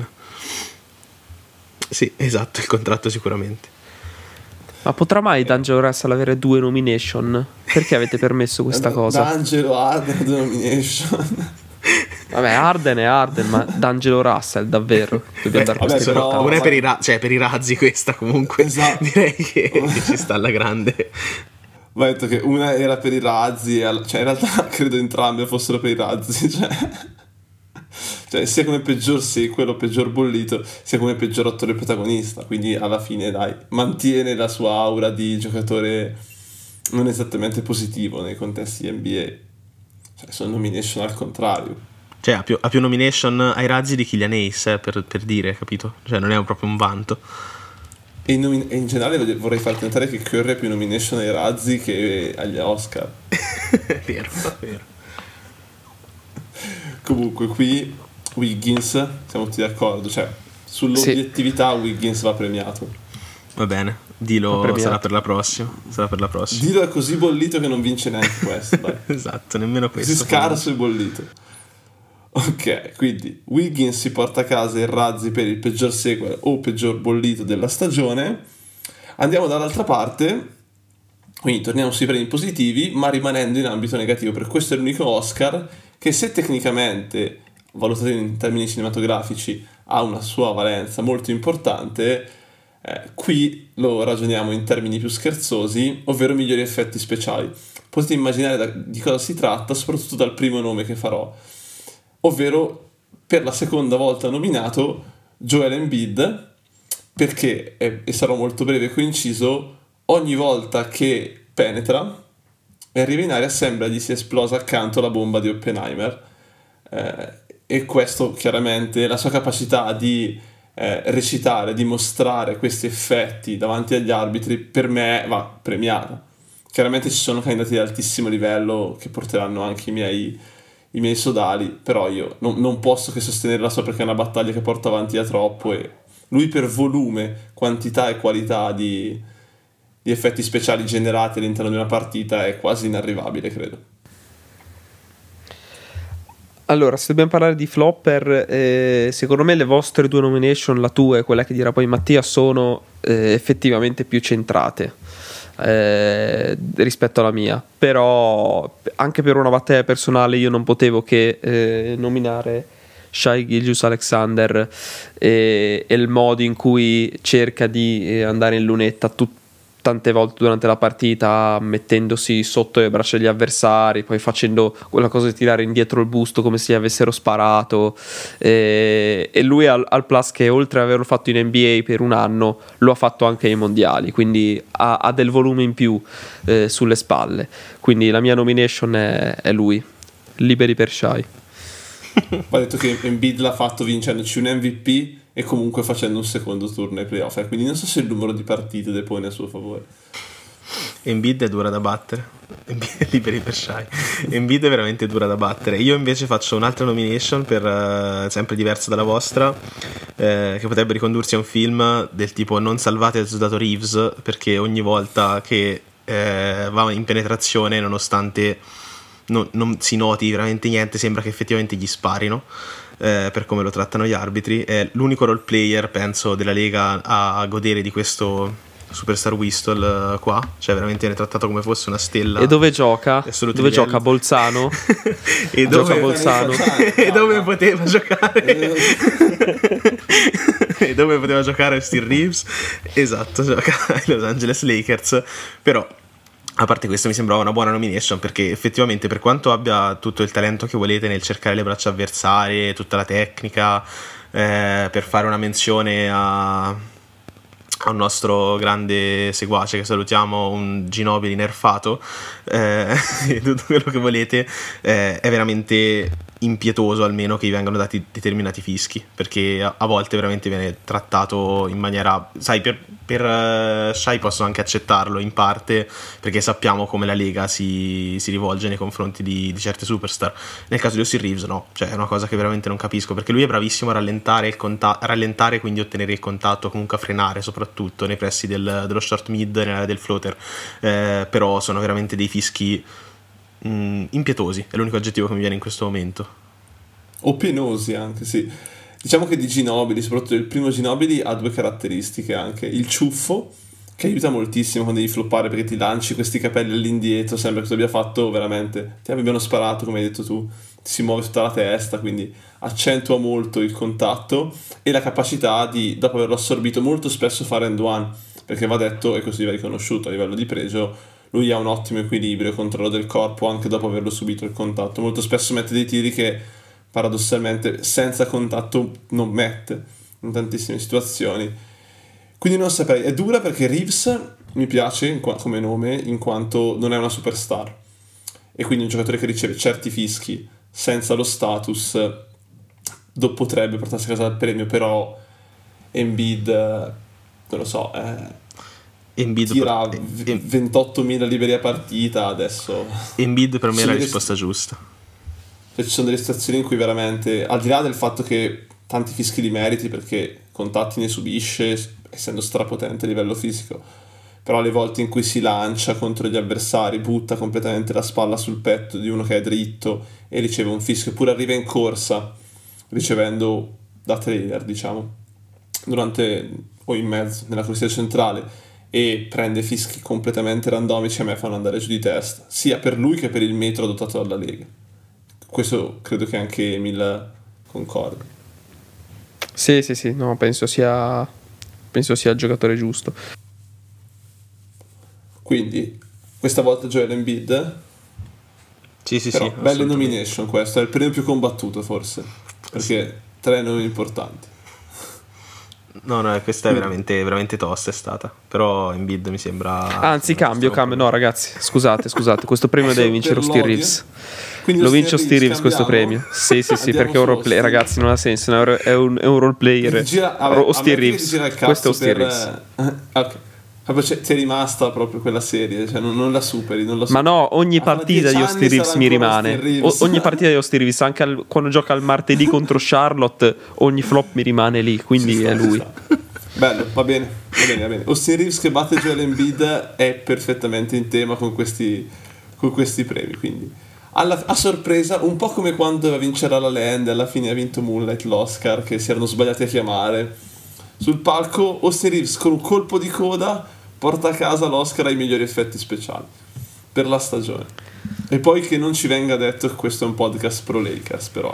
Sì, esatto, il contratto sicuramente. Ma potrà mai D'Angelo Russell avere 2 nomination? Perché avete permesso questa cosa? D'Angelo Harden nomination. Vabbè, Harden è Harden, ma D'Angelo Russell, davvero? Dobbiamo dare vabbè, questa però- importanza. Una è per i razzi questa comunque. Esatto. Direi che ci sta alla grande. Ma ho detto che una era per i razzi, cioè in realtà credo entrambe fossero per i razzi, cioè sia come peggior sequel o peggior bollito, sia come peggior attore protagonista, quindi alla fine dai, mantiene la sua aura di giocatore non esattamente positivo nei contesti NBA, cioè sono nomination al contrario. Cioè ha più nomination ai razzi di Killian Hayes, per dire, capito? Cioè non è proprio un vanto. E in generale vorrei farti notare che Curry ha più nomination ai razzi che agli Oscar. È vero. Comunque qui Wiggins, siamo tutti d'accordo, cioè sull'obiettività Wiggins va premiato. Va bene, Dilo premiato. sarà per la prossima. Dilo è così bollito che non vince neanche questo, dai. Esatto, nemmeno questo. Così scarso e bollito. Ok, quindi Wiggins si porta a casa il razzi per il peggior sequel o peggior bollito della stagione. Andiamo dall'altra parte, quindi torniamo sui premi positivi, ma rimanendo in ambito negativo, per questo è l'unico Oscar che, se tecnicamente valutato in termini cinematografici ha una sua valenza molto importante, qui lo ragioniamo in termini più scherzosi, ovvero migliori effetti speciali. Potete immaginare di cosa si tratta, soprattutto dal primo nome che farò, ovvero per la seconda volta nominato Joel Embiid, perché, e sarò molto breve e coinciso, ogni volta che penetra e arriva in aria sembra gli sia esplosa accanto la bomba di Oppenheimer, e questo chiaramente, la sua capacità di recitare, di mostrare questi effetti davanti agli arbitri, per me va premiata. Chiaramente ci sono candidati di altissimo livello che porteranno anche i miei sodali, però io non posso che sostenere la sua, perché è una battaglia che porta avanti da troppo, e lui per volume, quantità e qualità di effetti speciali generati all'interno di una partita è quasi inarrivabile, credo. Allora, se dobbiamo parlare di flopper, secondo me le vostre due nomination, la tua e quella che dirà poi Mattia, sono effettivamente più centrate rispetto alla mia. Però anche per una battaglia personale io non potevo che nominare Shai Gilgeous-Alexander e il modo in cui cerca di andare in lunetta tante volte durante la partita, mettendosi sotto le braccia degli avversari, poi facendo quella cosa di tirare indietro il busto come se gli avessero sparato, e lui ha il plus che, oltre ad averlo fatto in NBA per un anno, lo ha fatto anche ai mondiali, quindi ha del volume in più sulle spalle. Quindi la mia nomination è lui. Liberi per Shai. Va detto che Embiid l'ha fatto vincendoci un MVP e comunque facendo un secondo turno ai playoff, quindi non so se il numero di partite depone a suo favore. Embiid è dura da battere. Liberi per Shai. Embiid è veramente dura da battere. Io invece faccio un'altra nomination, per sempre diversa dalla vostra, che potrebbe ricondursi a un film del tipo Non salvate il soldato Reeves, perché ogni volta che va in penetrazione, nonostante non si noti veramente niente, sembra che effettivamente gli sparino, per come lo trattano gli arbitri. È l'unico role player, penso, della Lega a godere di questo Superstar Whistle qua, cioè veramente viene trattato come fosse una stella. E dove gioca? Assoluti Dove livelli. gioca? Bolzano? E Gioca dove, Bolzano. e dove poteva giocare e dove poteva giocare Steve Reeves, esatto, gioca ai Los Angeles Lakers. Però a parte questo mi sembrava una buona nomination, perché effettivamente, per quanto abbia tutto il talento che volete nel cercare le braccia avversarie, tutta la tecnica, per fare una menzione a un nostro grande seguace che salutiamo, un Ginobili nerfato, tutto quello che volete, è veramente impietoso almeno che gli vengano dati determinati fischi, perché a volte veramente viene trattato in maniera, sai, per Shai posso anche accettarlo in parte, perché sappiamo come la Lega si rivolge nei confronti di certe superstar. Nel caso di Austin Reeves no, cioè è una cosa che veramente non capisco, perché lui è bravissimo a rallentare, quindi ottenere il contatto, comunque a frenare soprattutto nei pressi dello short mid, del floater, però sono veramente dei fischi impietosi, è l'unico aggettivo che mi viene in questo momento. O penosi anche, sì. Diciamo che di Ginobili, soprattutto il primo Ginobili, ha due caratteristiche anche: il ciuffo, che aiuta moltissimo quando devi floppare, perché ti lanci questi capelli all'indietro, sembra che tu abbia fatto veramente, ti abbiano sparato come hai detto tu, ti si muove tutta la testa, quindi accentua molto il contatto e la capacità di, dopo averlo assorbito, molto spesso fare end one, perché va detto, e così va riconosciuto a livello di pregio, lui ha un ottimo equilibrio e controllo del corpo anche dopo averlo subito il contatto. Molto spesso mette dei tiri che paradossalmente senza contatto non mette in tantissime situazioni. Quindi non saprei, è dura perché Reeves mi piace come nome in quanto non è una superstar e quindi un giocatore che riceve certi fischi senza lo status potrebbe portarsi a casa il premio, però Embiid non lo so, Embiid tira 28.000 liberi a partita adesso. Embiid per me è la risposta giusta. Cioè, ci sono delle situazioni in cui veramente, al di là del fatto che tanti fischi li meriti perché contatti ne subisce essendo strapotente a livello fisico, però le volte in cui si lancia contro gli avversari, butta completamente la spalla sul petto di uno che è dritto e riceve un fischio, oppure arriva in corsa ricevendo da trailer, diciamo, durante o in mezzo nella corsia centrale, e prende fischi completamente randomici, a me fanno andare giù di testa, sia per lui che per il metro adottato dalla Lega. Questo credo che anche Emil concordi. Sì, no, penso sia il giocatore giusto. Quindi questa volta Joel Embiid. Sì, però, belle nomination, questo è il premio più combattuto forse, perché 3 nomi importanti. No, questa è veramente, veramente tosta è stata. Però Embiid mi sembra... Anzi, cambio. No, ragazzi, scusate. Questo premio deve vincere Austin Reeves. Lo vince Austin Reeves questo premio. Sì, perché è un role player, ragazzi, non ha senso. È un role player. Austin Reeves. Questo è Austin Reeves. Ok. Ti è rimasta proprio quella serie, cioè non la superi, non la superi. Ma no, ogni partita di Austin Reeves mi rimane. Ogni partita di Austin Reeves, anche quando gioca il martedì contro Charlotte, ogni flop mi rimane lì, quindi è lui. Bello, va bene. Austin Reeves che batte Joel Embiid è perfettamente in tema con questi premi, quindi a sorpresa, un po' come quando vincerà la Land, alla fine ha vinto Moonlight l'Oscar, che si erano sbagliati a chiamare. Sul palco Austin Reeves con un colpo di coda porta a casa l'Oscar ai migliori effetti speciali per la stagione. E poi che non ci venga detto che questo è un podcast pro Lakers, però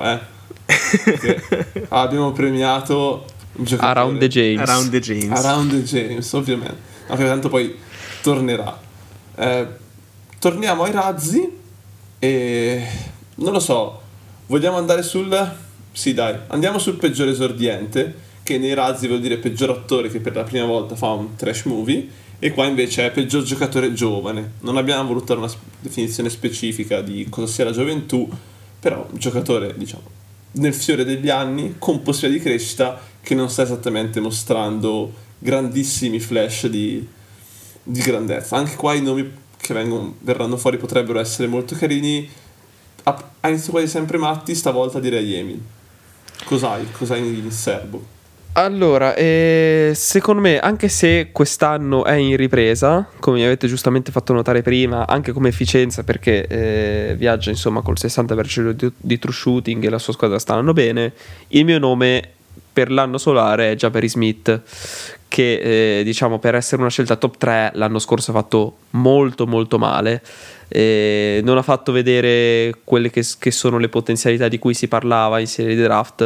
abbiamo premiato un giocatore Around the James, ovviamente, anche tanto poi tornerà. Torniamo ai razzi e non lo so, vogliamo andare andiamo sul peggior esordiente, che nei razzi vuol dire peggior attore che per la prima volta fa un trash movie, e qua invece è peggior giocatore giovane. Non abbiamo voluto dare una definizione specifica di cosa sia la gioventù, però un giocatore, diciamo, nel fiore degli anni, con possibilità di crescita, che non sta esattamente mostrando grandissimi flash di grandezza. Anche qua i nomi che verranno fuori potrebbero essere molto carini. A inizio quasi sempre matti, stavolta direi Emil. Cos'hai in serbo? Allora, secondo me, anche se quest'anno è in ripresa, come mi avete giustamente fatto notare prima, anche come efficienza, perché viaggia insomma col 60% di true shooting e la sua squadra sta andando bene, il mio nome per l'anno solare è Jabari Smith, che diciamo per essere una scelta top 3 l'anno scorso ha fatto molto molto male, non ha fatto vedere quelle che sono le potenzialità di cui si parlava in serie di draft.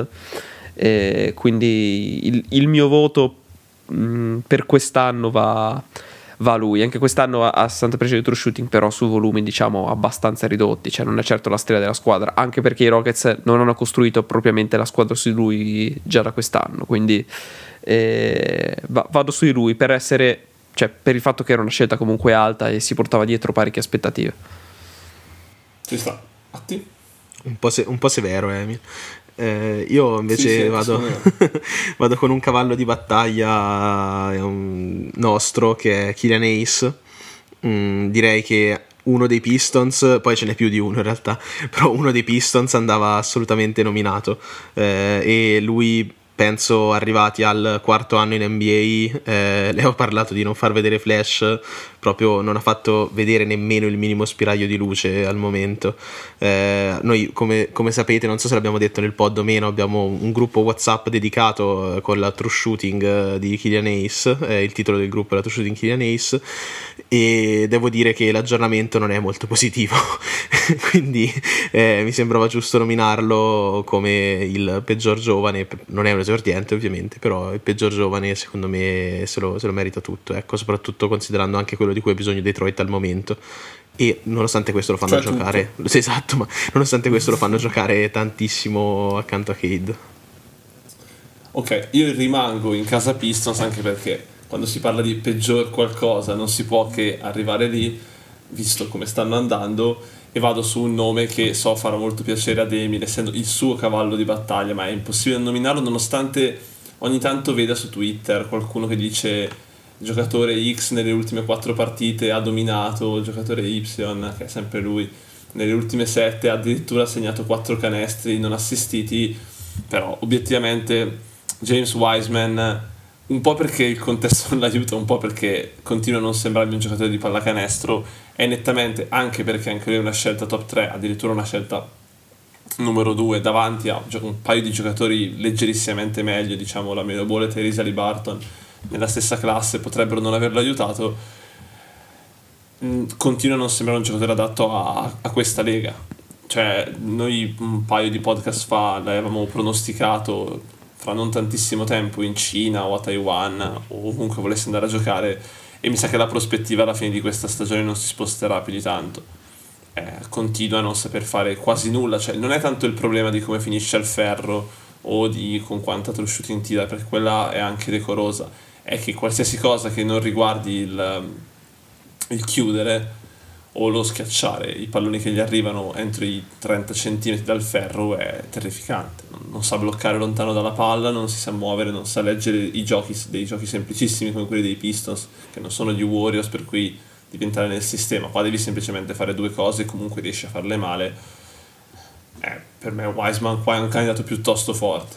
Quindi il mio voto per quest'anno va a lui. Anche quest'anno ha 60% di true shooting, però su volumi diciamo abbastanza ridotti, cioè non è certo la stella della squadra, anche perché i Rockets non hanno costruito propriamente la squadra su di lui già da quest'anno, quindi vado su di lui per il fatto che era una scelta comunque alta e si portava dietro parecchie aspettative. Ci sta. A te? Un po' severo, Emil. Io invece vado con un cavallo di battaglia nostro, che è Killian Hayes. Direi che uno dei Pistons, poi ce n'è più di uno in realtà, però uno dei Pistons andava assolutamente nominato, e lui penso arrivati al quarto anno in NBA, le ho parlato di non far vedere Flash, proprio non ha fatto vedere nemmeno il minimo spiraglio di luce al momento. Noi come sapete, non so se l'abbiamo detto nel pod o meno, abbiamo un gruppo WhatsApp dedicato con la True Shooting di Killian Hayes, il titolo del gruppo è la True Shooting Killian Hayes, e devo dire che l'aggiornamento non è molto positivo quindi mi sembrava giusto nominarlo come il peggior giovane. Non è un esordiente ovviamente, però il peggior giovane secondo me se lo merita tutto, ecco, soprattutto considerando anche quello di cui ha bisogno Detroit al momento. E nonostante questo lo fanno giocare tutto. Sì, esatto, ma nonostante questo lo fanno giocare tantissimo accanto a Cade. Ok, io rimango in casa Pistons anche perché quando si parla di peggior qualcosa non si può che arrivare lì, visto come stanno andando, e vado su un nome che so farà molto piacere ad Emil, essendo il suo cavallo di battaglia, ma è impossibile nominarlo nonostante ogni tanto veda su Twitter qualcuno che dice giocatore X nelle ultime 4 partite ha dominato, giocatore Y, che è sempre lui, nelle ultime 7 ha addirittura segnato 4 canestri non assistiti. Però obiettivamente James Wiseman, un po' perché il contesto non l'aiuta, un po' perché continua a non sembrarmi un giocatore di pallacanestro, è nettamente, anche perché anche lui è una scelta top 3, addirittura una scelta numero 2 davanti a un paio di giocatori leggerissimamente meglio, diciamo la Melo Ball e Theresa Barton nella stessa classe potrebbero non averlo aiutato. Continua a non sembrare un giocatore adatto a questa lega. Cioè, noi un paio di podcast fa l'avevamo pronosticato fra non tantissimo tempo in Cina o a Taiwan o ovunque volesse andare a giocare, e mi sa che la prospettiva alla fine di questa stagione non si sposterà più di tanto. Continua a non saper fare quasi nulla, cioè non è tanto il problema di come finisce al ferro o di con quanta true shooting tira, perché quella è anche decorosa, è che qualsiasi cosa che non riguardi il chiudere o lo schiacciare i palloni che gli arrivano entro i 30 cm dal ferro è terrificante. Non sa bloccare lontano dalla palla, non si sa muovere, non sa leggere dei giochi semplicissimi come quelli dei Pistons, che non sono gli Warriors, per cui devi entrare nel sistema. Qua devi semplicemente fare 2 cose e comunque riesci a farle male. Per me Wiseman qua è un candidato piuttosto forte,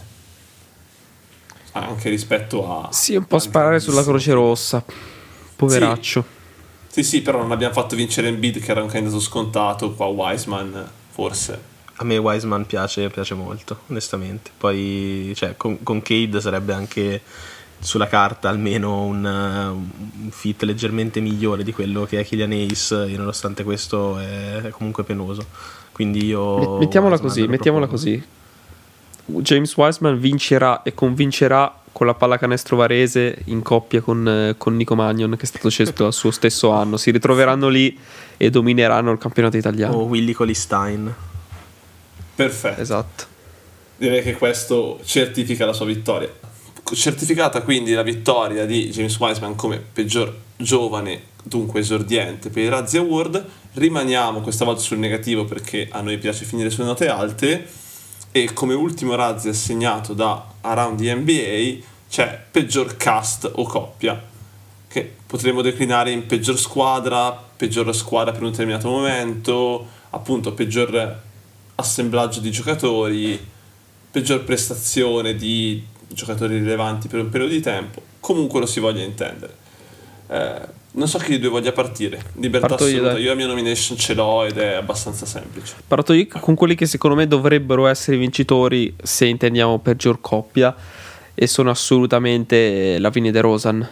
anche rispetto a... Sì, un po' sparare sulla Croce Rossa, poveraccio. Sì, però non abbiamo fatto vincere Embiid, che era un candidato scontato. Qua Wiseman forse. A me Wiseman piace molto, onestamente. Poi cioè, con Cade sarebbe anche sulla carta almeno un fit leggermente migliore di quello che è Killian Hayes, e nonostante questo è comunque penoso. Quindi io mettiamola così. James Wiseman vincerà e convincerà con la pallacanestro varese in coppia con Nico Magnon, che è stato scelto al suo stesso anno. Si ritroveranno lì e domineranno il campionato italiano. O Willy Cauley-Stein. Perfetto. Esatto. Direi che questo certifica la sua vittoria. Certificata quindi la vittoria di James Wiseman come peggior giovane, dunque esordiente, per i Razzie Award. Rimaniamo questa volta sul negativo perché a noi piace finire sulle note alte, e come ultimo Razzie assegnato da Around the NBA c'è peggior cast o coppia, che potremmo declinare in peggior squadra per un determinato momento, appunto peggior assemblaggio di giocatori, peggior prestazione di giocatori rilevanti per un periodo di tempo, comunque lo si voglia intendere. Non so chi di due voglia partire. Libertà assoluta. Io la mia nomination ce l'ho ed è abbastanza semplice. Parto io con quelli che secondo me dovrebbero essere vincitori se intendiamo peggior coppia, e sono assolutamente Lavin e DeRozan.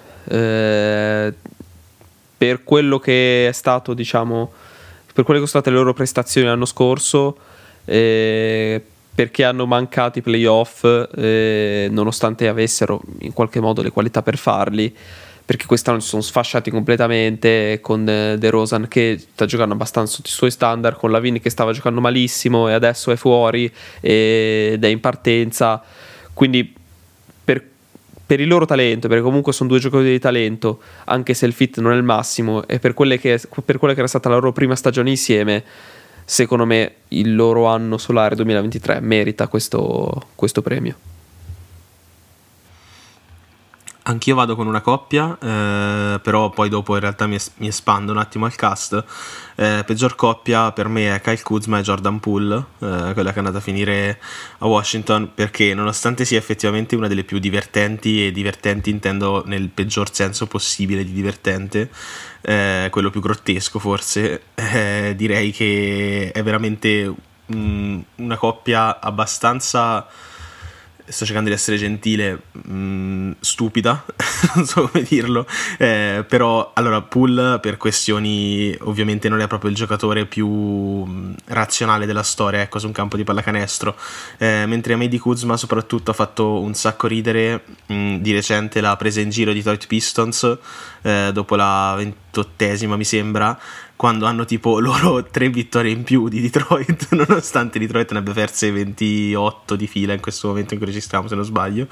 Per quello che è stato, diciamo, per quelle che sono state le loro prestazioni l'anno scorso, perché hanno mancato i playoff, nonostante avessero in qualche modo le qualità per farli, perché quest'anno si sono sfasciati completamente con DeRozan che sta giocando abbastanza sotto i suoi standard, con Lavin che stava giocando malissimo e adesso è fuori ed è in partenza. Quindi per il loro talento, perché comunque sono 2 giocatori di talento, anche se il fit non è il massimo, e per quella che era stata la loro prima stagione insieme, secondo me il loro anno solare 2023 merita questo premio. Anch'io vado con una coppia, però poi dopo in realtà mi espando un attimo al cast. Peggior coppia per me è Kyle Kuzma e Jordan Poole, quella che è andata a finire a Washington, perché nonostante sia effettivamente una delle più divertenti, e divertenti intendo nel peggior senso possibile di divertente, quello più grottesco forse, direi che è veramente una coppia abbastanza, sto cercando di essere gentile, stupida, non so come dirlo, però allora Poole per questioni, ovviamente non è proprio il giocatore più razionale della storia, ecco, su un campo di pallacanestro, mentre a me di Kuzma soprattutto ha fatto un sacco ridere di recente la presa in giro di Detroit Pistons, dopo la 28esima mi sembra, quando hanno tipo loro 3 vittorie in più di Detroit, nonostante Detroit ne abbia perse 28 di fila in questo momento in cui registriamo, se non sbaglio.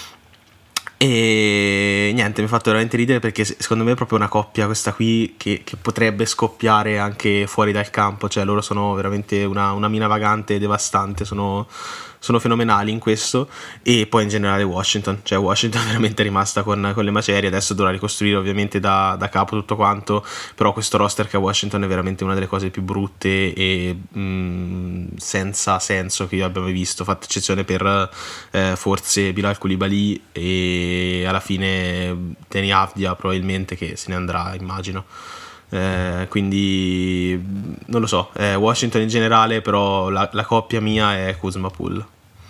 E niente, mi ha fatto veramente ridere, perché secondo me è proprio una coppia questa qui che potrebbe scoppiare anche fuori dal campo, cioè loro sono veramente una mina vagante devastante, sono fenomenali in questo. E poi in generale Washington è veramente rimasta con le macerie, adesso dovrà ricostruire ovviamente da capo tutto quanto, però questo roster che a Washington è veramente una delle cose più brutte e senza senso che io abbia mai visto, fatta eccezione per forse Bilal Coulibaly e alla fine Deni Avdia probabilmente, che se ne andrà immagino. Quindi non lo so, Washington in generale, però la coppia mia è Kuzma Poole.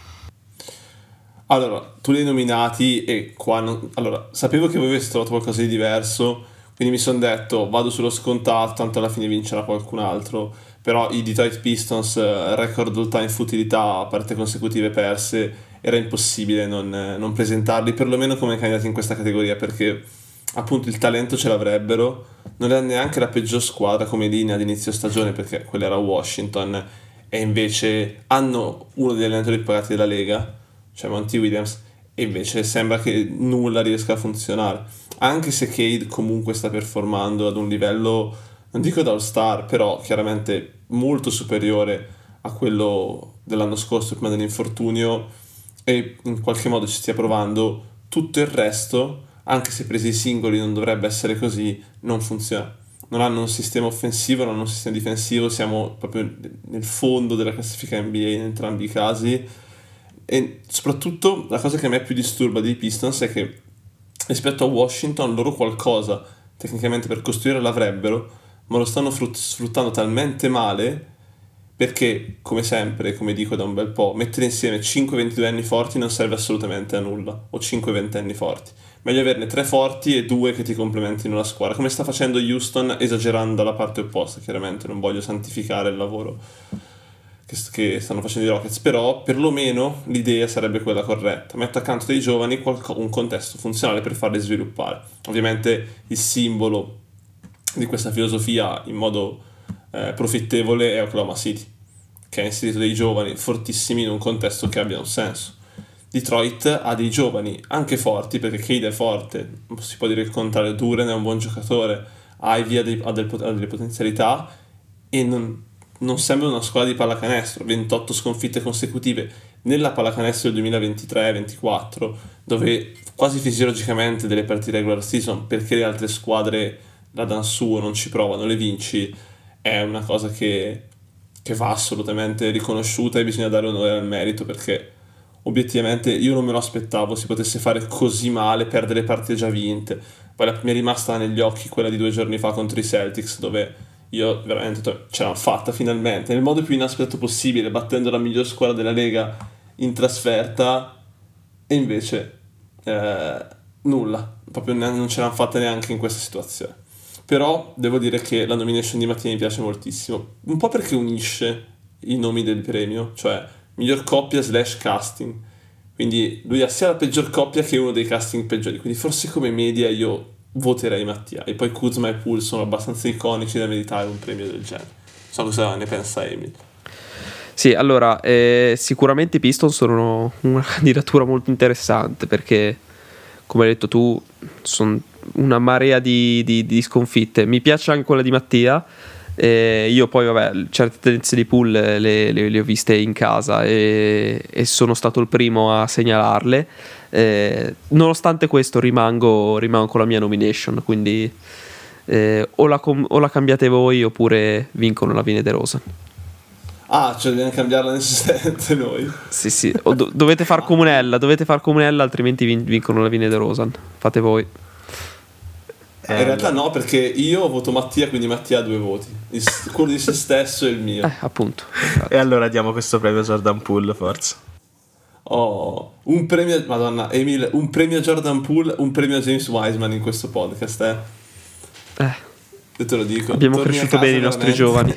Allora, tu li hai nominati e qua allora, sapevo che voi aveste trovato qualcosa di diverso, quindi mi sono detto vado sullo scontato, tanto alla fine vincerà qualcun altro, però i Detroit Pistons, record all time futilità a partite consecutive perse, era impossibile non presentarli perlomeno come candidati in questa categoria, perché appunto il talento ce l'avrebbero, non è neanche la peggior squadra come linea ad inizio stagione, perché quella era Washington, e invece hanno uno degli allenatori più pagati della Lega, cioè Monty Williams, e invece sembra che nulla riesca a funzionare, anche se Cade comunque sta performando ad un livello, non dico da all-star, però chiaramente molto superiore a quello dell'anno scorso prima dell'infortunio, e in qualche modo ci stia provando. Tutto il resto, anche se presi i singoli non dovrebbe essere così, non funziona. Non hanno un sistema offensivo, non hanno un sistema difensivo, siamo proprio nel fondo della classifica NBA in entrambi i casi. E soprattutto la cosa che a me più disturba dei Pistons è che rispetto a Washington loro qualcosa tecnicamente per costruire l'avrebbero, ma lo stanno sfruttando talmente male, perché come sempre, come dico da un bel po', mettere insieme 5 22 anni forti non serve assolutamente a nulla, o 5 20 anni forti. Meglio averne 3 forti e 2 che ti complementino la squadra, come sta facendo Houston, esagerando dalla parte opposta. Chiaramente non voglio santificare il lavoro che stanno facendo i Rockets, però perlomeno l'idea sarebbe quella corretta: metto accanto dei giovani un contesto funzionale per farli sviluppare. Ovviamente il simbolo di questa filosofia in modo profittevole è Oklahoma City, che ha inserito dei giovani fortissimi in un contesto che abbia un senso. Detroit ha dei giovani anche forti, perché Cade è forte, non si può dire il contrario, Duren è un buon giocatore, Ivy ha delle potenzialità, e non sembra una squadra di pallacanestro. 28 sconfitte consecutive nella pallacanestro del 2023-24, dove quasi fisiologicamente delle partite regular season, perché le altre squadre la danno su o non ci provano, le vinci, è una cosa che va assolutamente riconosciuta, e bisogna dare onore al merito, perché obiettivamente io non me lo aspettavo si potesse fare così male, perdere partite già vinte. Poi mi è rimasta negli occhi quella di 2 giorni fa contro i Celtics, dove io veramente ce l'hanno fatta finalmente, nel modo più inaspettato possibile, battendo la miglior squadra della Lega in trasferta, e invece nulla, proprio non ce l'hanno fatta neanche in questa situazione. Però devo dire che la nomination di Mattia mi piace moltissimo, un po' perché unisce i nomi del premio, cioè miglior coppia / casting, quindi lui ha sia la peggior coppia che uno dei casting peggiori, quindi forse come media io voterei Mattia. E poi Kuzma e Poole sono abbastanza iconici da meritare un premio del genere. Non so cosa ne pensa Emil. Sì, allora, sicuramente i Pistons sono una candidatura molto interessante, perché come hai detto tu sono una marea di sconfitte. Mi piace anche quella di Mattia, Io poi vabbè certe tendenze di pool le ho viste in casa e sono stato il primo a segnalarle. Nonostante questo rimango con la mia nomination, quindi o la cambiate voi oppure vincono la Vine de Rosa. Ah, cioè dobbiamo cambiarla nel sistema noi. Sì. O dovete far comunella, altrimenti vincono la Vine de Rosa. Fate voi. In realtà no, perché io voto Mattia, quindi Mattia ha 2 voti. Quello di se stesso e il mio. Appunto. E allora diamo questo premio a Jordan Poole, forza. Oh, un premio, Madonna, Emil, un premio a Jordan Poole, un premio a James Wiseman in questo podcast, Io te lo dico. Abbiamo Torni cresciuto bene i nostri giovani.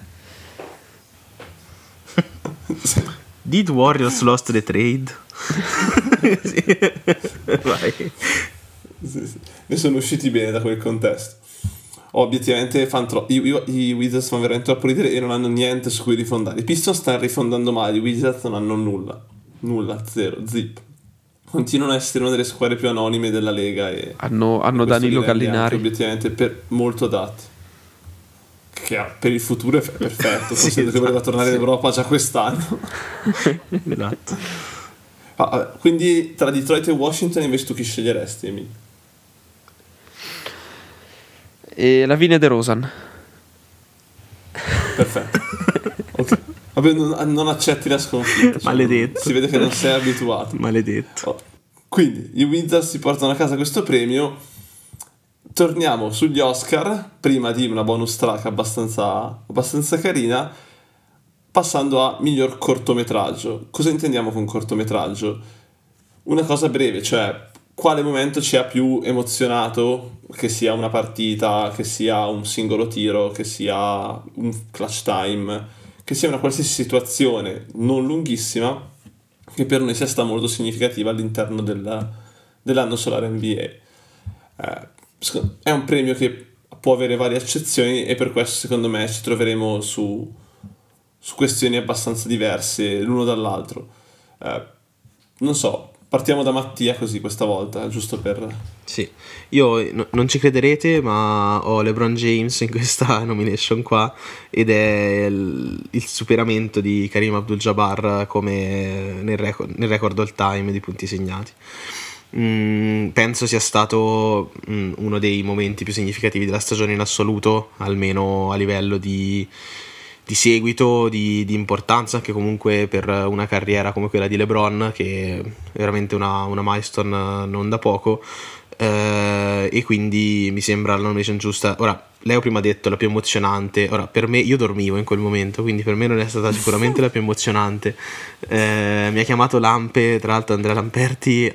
Did Warriors lost the trade? Sì. Vai. Sì. Ne sono usciti bene da quel contesto. Obiettivamente i Wizards fanno veramente troppo ridere e non hanno niente su cui rifondare. I Pistons stanno rifondando male, i Wizards non hanno nulla, zero, zip. Continuano a essere una delle squadre più anonime della Lega e hanno Danilo Gallinari, obiettivamente molto adatti. Che per il futuro è perfetto, Sì, considero che voleva tornare in Europa già quest'anno. Esatto. Quindi tra Detroit e Washington invece tu chi sceglieresti, Emil? e la Vine de Rosan. Perfetto. Ok. Vabbè, non accetti la sconfitta, Maledetto. Si vede che non sei abituato. Maledetto. Quindi i Wizards si portano a casa questo premio. Torniamo sugli Oscar, prima di una bonus track abbastanza carina, passando a miglior cortometraggio. Cosa intendiamo con cortometraggio? Una cosa breve, cioè quale momento ci ha più emozionato, che sia una partita, che sia un singolo tiro, che sia un clutch time, che sia una qualsiasi situazione non lunghissima, che per noi sia stata molto significativa all'interno dell'anno solare NBA. È un premio che può avere varie accezioni e per questo secondo me ci troveremo su questioni abbastanza diverse l'uno dall'altro. Non so, partiamo da Mattia così questa volta, giusto per... Sì, io non ci crederete, ma ho LeBron James in questa nomination qua ed è il superamento di Kareem Abdul-Jabbar come nel record all time di punti segnati. Penso sia stato uno dei momenti più significativi della stagione in assoluto, almeno a livello di seguito, di importanza, anche comunque per una carriera come quella di LeBron, che è veramente una milestone non da poco, e quindi mi sembra la nomination giusta. Ora, Leo prima ha detto la più emozionante, ora per me, io dormivo in quel momento, quindi per me non è stata sicuramente la più emozionante. Mi ha chiamato Lampe, tra l'altro Andrea Lamperti,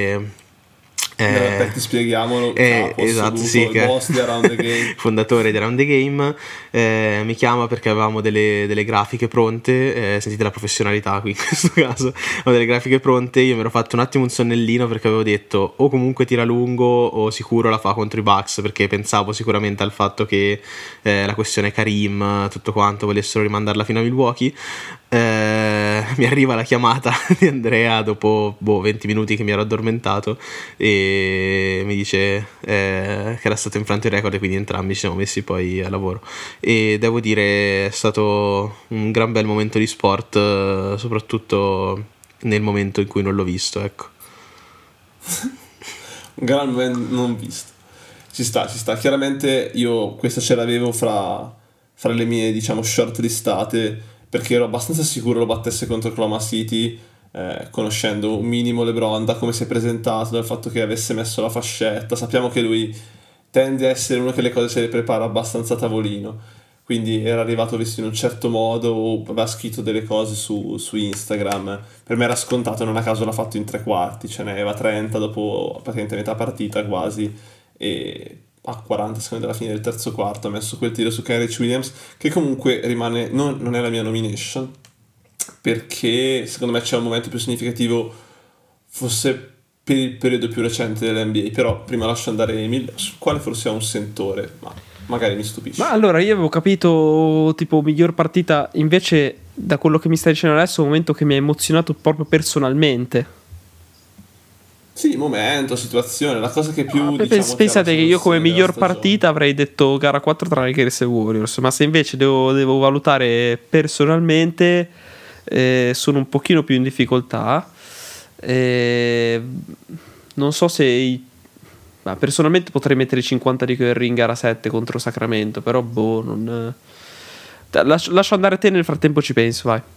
Ti spieghiamolo, capo, esatto, sì, il boss di Around the Game, fondatore di Around the Game, mi chiama perché avevamo delle grafiche pronte, sentite la professionalità qui in questo caso, avevo delle grafiche pronte, io mi ero fatto un attimo un sonnellino perché avevo detto o comunque tira lungo o sicuro la fa contro i Bucks, perché pensavo sicuramente al fatto che la questione Kareem, tutto quanto, volessero rimandarla fino a Milwaukee. Mi arriva la chiamata di Andrea dopo 20 minuti che mi ero addormentato e mi dice che era stato infranto il record e quindi entrambi ci siamo messi poi a lavoro e devo dire è stato un gran bel momento di sport, soprattutto nel momento in cui non l'ho visto, ecco. Un gran momento non visto. Ci sta, chiaramente io questa ce l'avevo fra le mie, diciamo, shortlistate, perché ero abbastanza sicuro lo battesse contro Oklahoma City, conoscendo un minimo LeBron, da come si è presentato, dal fatto che avesse messo la fascetta. Sappiamo che lui tende a essere uno che le cose se le prepara abbastanza a tavolino, quindi era arrivato vestito in un certo modo o aveva scritto delle cose su Instagram. Per me era scontato, non a caso l'ha fatto in 3 quarti, ce ne aveva 30 dopo praticamente metà partita quasi, e a 40 secondi dalla fine del terzo quarto ha messo quel tiro su Kenrich Williams, che comunque rimane, non è la mia nomination, perché secondo me c'è un momento più significativo forse per il periodo più recente dell'NBA. Però prima lascio andare Emil, su quale forse ha un sentore, ma magari mi stupisce. Ma allora io avevo capito tipo miglior partita, invece da quello che mi stai dicendo adesso è un momento che mi ha emozionato proprio personalmente. Sì, momento, situazione, la cosa che più diciamo ti ha Pensate che lasciato io il come segno della miglior stagione. partita avrei detto gara 4 tra Lakers e Warriors, ma se invece devo valutare personalmente, sono un pochino più in difficoltà. Eh, non so se ma personalmente potrei mettere 50 di Curry in gara 7 contro Sacramento, però boh, non... lascio andare te, nel frattempo ci penso, vai.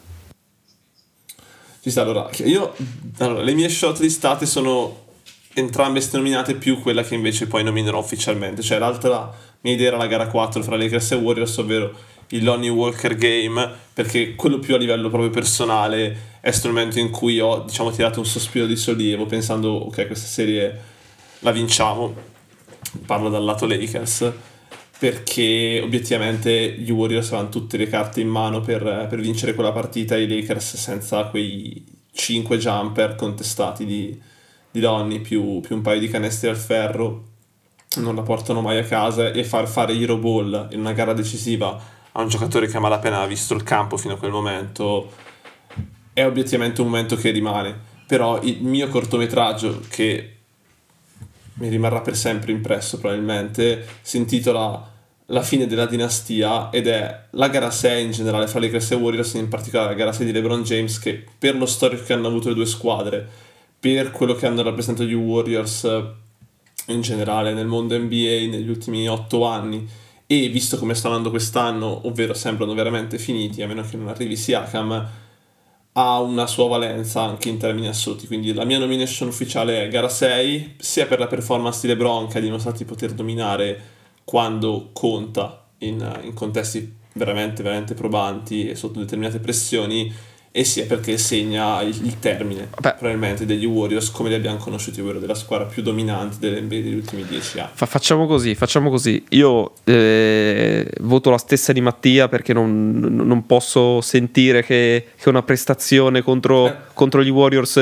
Ci sta, allora, le mie shortlistate sono entrambe nominate più quella che invece poi nominerò ufficialmente. Cioè, l'altra mia idea era la gara 4 fra Lakers e Warriors, ovvero il Lonnie Walker Game, perché quello più a livello proprio personale è strumento in cui ho, diciamo, tirato un sospiro di sollievo pensando, ok, questa serie la vinciamo. Parlo dal lato Lakers, perché obiettivamente gli Warriors avevano tutte le carte in mano per vincere quella partita, e i Lakers senza quei 5 jumper contestati di Lonnie più un paio di canestri al ferro non la portano mai a casa, e far fare Hero Ball in una gara decisiva a un giocatore che a malapena ha visto il campo fino a quel momento è obiettivamente un momento che rimane. Però il mio cortometraggio, che mi rimarrà per sempre impresso probabilmente, si intitola La fine della dinastia, ed è la gara 6 in generale fra Lakers e Warriors, in particolare la gara 6 di LeBron James, che per lo storico che hanno avuto le due squadre, per quello che hanno rappresentato gli Warriors in generale nel mondo NBA negli ultimi 8 anni, e visto come sta andando quest'anno, ovvero sembrano veramente finiti a meno che non arrivi Siakam, ha una sua valenza anche in termini assoluti. Quindi la mia nomination ufficiale è gara 6, sia per la performance di LeBron, che ha dimostrato di poter dominare quando conta in contesti veramente, veramente probanti e sotto determinate pressioni, e sia perché segna il termine probabilmente degli Warriors come li abbiamo conosciuti, ovvero della squadra più dominante dell'NBA degli ultimi 10 anni. Facciamo così. Io voto la stessa di Mattia, perché non posso sentire che una prestazione contro gli Warriors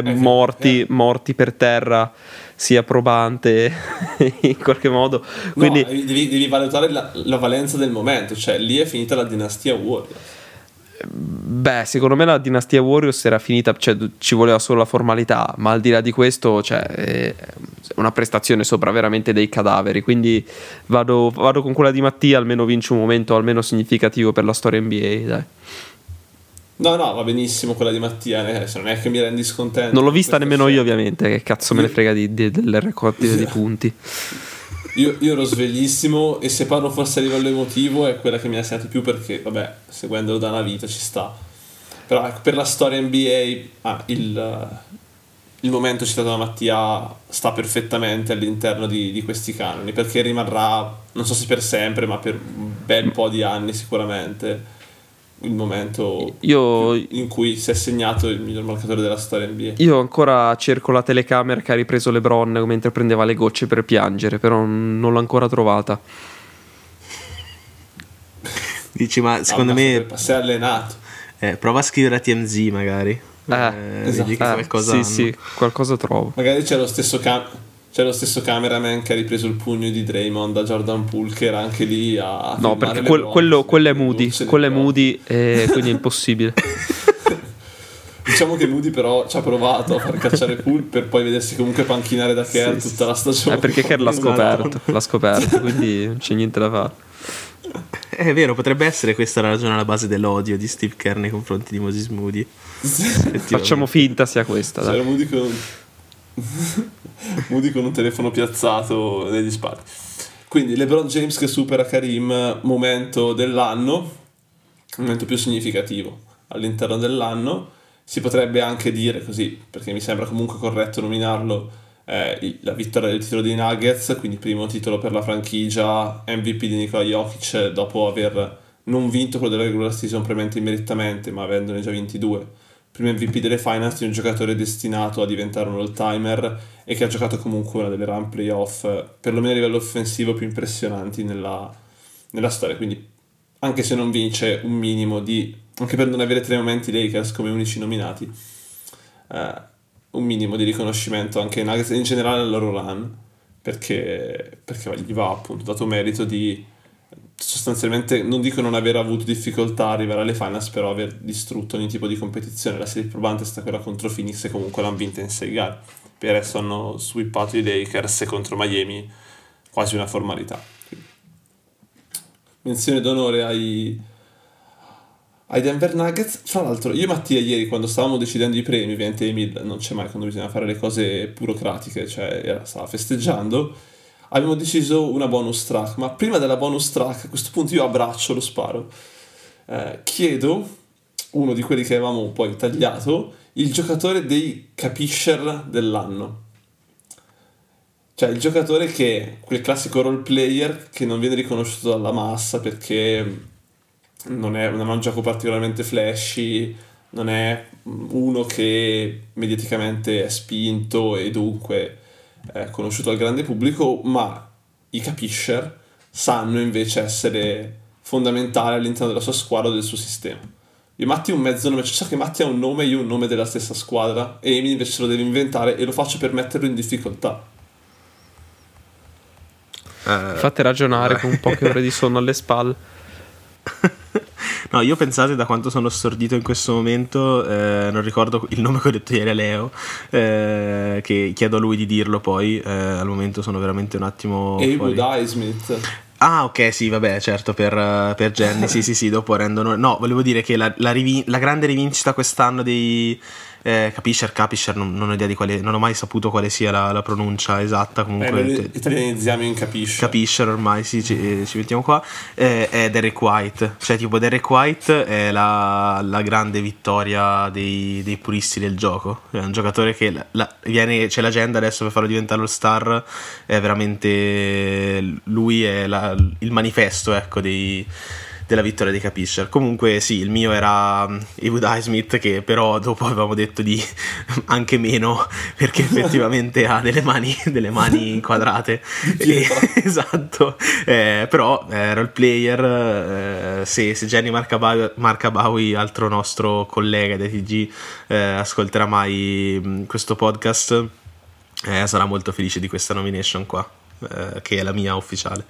morti per terra sia probante in qualche modo. Quindi no, devi valutare la valenza del momento, cioè lì è finita la dinastia Warriors. Beh, secondo me la dinastia Warriors era finita, cioè ci voleva solo la formalità, ma al di là di questo, cioè, è una prestazione sopra veramente dei cadaveri. Quindi vado con quella di Mattia, almeno vince un momento almeno significativo per la storia NBA, dai. No, va benissimo quella di Mattia, non è che mi rendi scontento. Non l'ho vista nemmeno io, ovviamente, che cazzo me ne frega delle raccolte di punti. Io ero sveglissimo, e se parlo forse a livello emotivo è quella che mi ha segnato più, perché vabbè, seguendolo da una vita ci sta. Però ecco, per la storia NBA il momento citato da Mattia sta perfettamente all'interno di questi canoni, perché rimarrà, non so se per sempre, ma per un bel po' di anni sicuramente, il momento in cui si è segnato il miglior marcatore della storia NBA. Io ancora cerco la telecamera che ha ripreso LeBron mentre prendeva le gocce per piangere, però non l'ho ancora trovata. Dici, ma secondo me sei allenato. Prova a scrivere a TMZ magari. Vedi che qualcosa sì, qualcosa trovo. Magari c'è lo stesso cameraman che ha ripreso il pugno di Draymond da Jordan Poole, che era anche lì a no, perché quello è Moody, quindi è impossibile. Diciamo che Moody però ci ha provato a far cacciare Poole, per poi vedersi comunque panchinare da Kerr tutta la stagione. Perché Kerr l'ha scoperto, quindi non c'è niente da fare. È vero, potrebbe essere questa la ragione alla base dell'odio di Steve Kerr nei confronti di Moses Moody. Facciamo finta sia questa. C'era Moody con un telefono piazzato negli spalti. Quindi LeBron James che supera Karim, momento dell'anno, momento più significativo all'interno dell'anno. Si potrebbe anche dire così, perché mi sembra comunque corretto nominarlo, la vittoria del titolo dei Nuggets, quindi primo titolo per la franchigia, MVP di Nikola Jokic dopo aver non vinto quello della regular season probabilmente immeritatamente, ma avendone già vinti due. Primo MVP delle finals di un giocatore destinato a diventare un all-timer, e che ha giocato comunque una delle run playoff, perlomeno a livello offensivo, più impressionanti nella storia. Quindi anche se non vince, un minimo anche per non avere 3 momenti Lakers come unici nominati, un minimo di riconoscimento anche ai Nuggets e in generale al loro run, perché gli va appunto dato merito di sostanzialmente, non dico non aver avuto difficoltà a arrivare alle finals, però aver distrutto ogni tipo di competizione. La serie probante sta quella contro Phoenix, e comunque l'hanno vinta in 6 gare, per adesso hanno sweepato i Lakers e contro Miami quasi una formalità. Menzione d'onore ai Denver Nuggets. Fra l'altro io e Mattia ieri, quando stavamo decidendo i premi, ovviamente Emil non c'è mai quando bisogna fare le cose burocratiche, cioè stava festeggiando, abbiamo deciso una bonus track, ma prima della bonus track a questo punto io abbraccio, lo sparo, chiedo uno di quelli che avevamo poi tagliato, il giocatore dei capiscer dell'anno. Cioè il giocatore che è quel classico role player che non viene riconosciuto dalla massa perché non ha un gioco particolarmente flashy, non è uno che mediaticamente è spinto e dunque è conosciuto al grande pubblico, ma i capiscer sanno invece essere fondamentali all'interno della sua squadra o del suo sistema. Io Matti un mezzo nome, cioè che Matti ha un nome e io un nome della stessa squadra e Amy invece se lo deve inventare e lo faccio per metterlo in difficoltà. Fate ragionare con poche ore di sonno alle spalle. No, io pensate da quanto sono stordito in questo momento, non ricordo il nome che ho detto ieri a Leo, che chiedo a lui di dirlo poi, al momento sono veramente un attimo Haywood Highsmith. Ah, ok, sì, vabbè, certo, per Jenny, sì, dopo rendono... No, volevo dire che la grande rivincita quest'anno dei Capiscer, non ho idea di quale... Non ho mai saputo quale sia la pronuncia esatta, comunque... italianizziamo in Capiscer ormai, sì, ci mettiamo qua, è Derek White. Cioè, tipo, Derek White è la grande vittoria dei puristi del gioco. È un giocatore che c'è l'agenda adesso per farlo diventare All-Star, è veramente... Lui è il manifesto, ecco, della vittoria dei Capiscer. Comunque sì, il mio era Haywood Highsmith, che però dopo avevamo detto di anche meno, perché effettivamente ha delle mani inquadrate. Esatto, però role player, se Jenny Marcabawi, altro nostro collega di TG, ascolterà mai questo podcast, sarà molto felice di questa nomination qua, che è la mia ufficiale.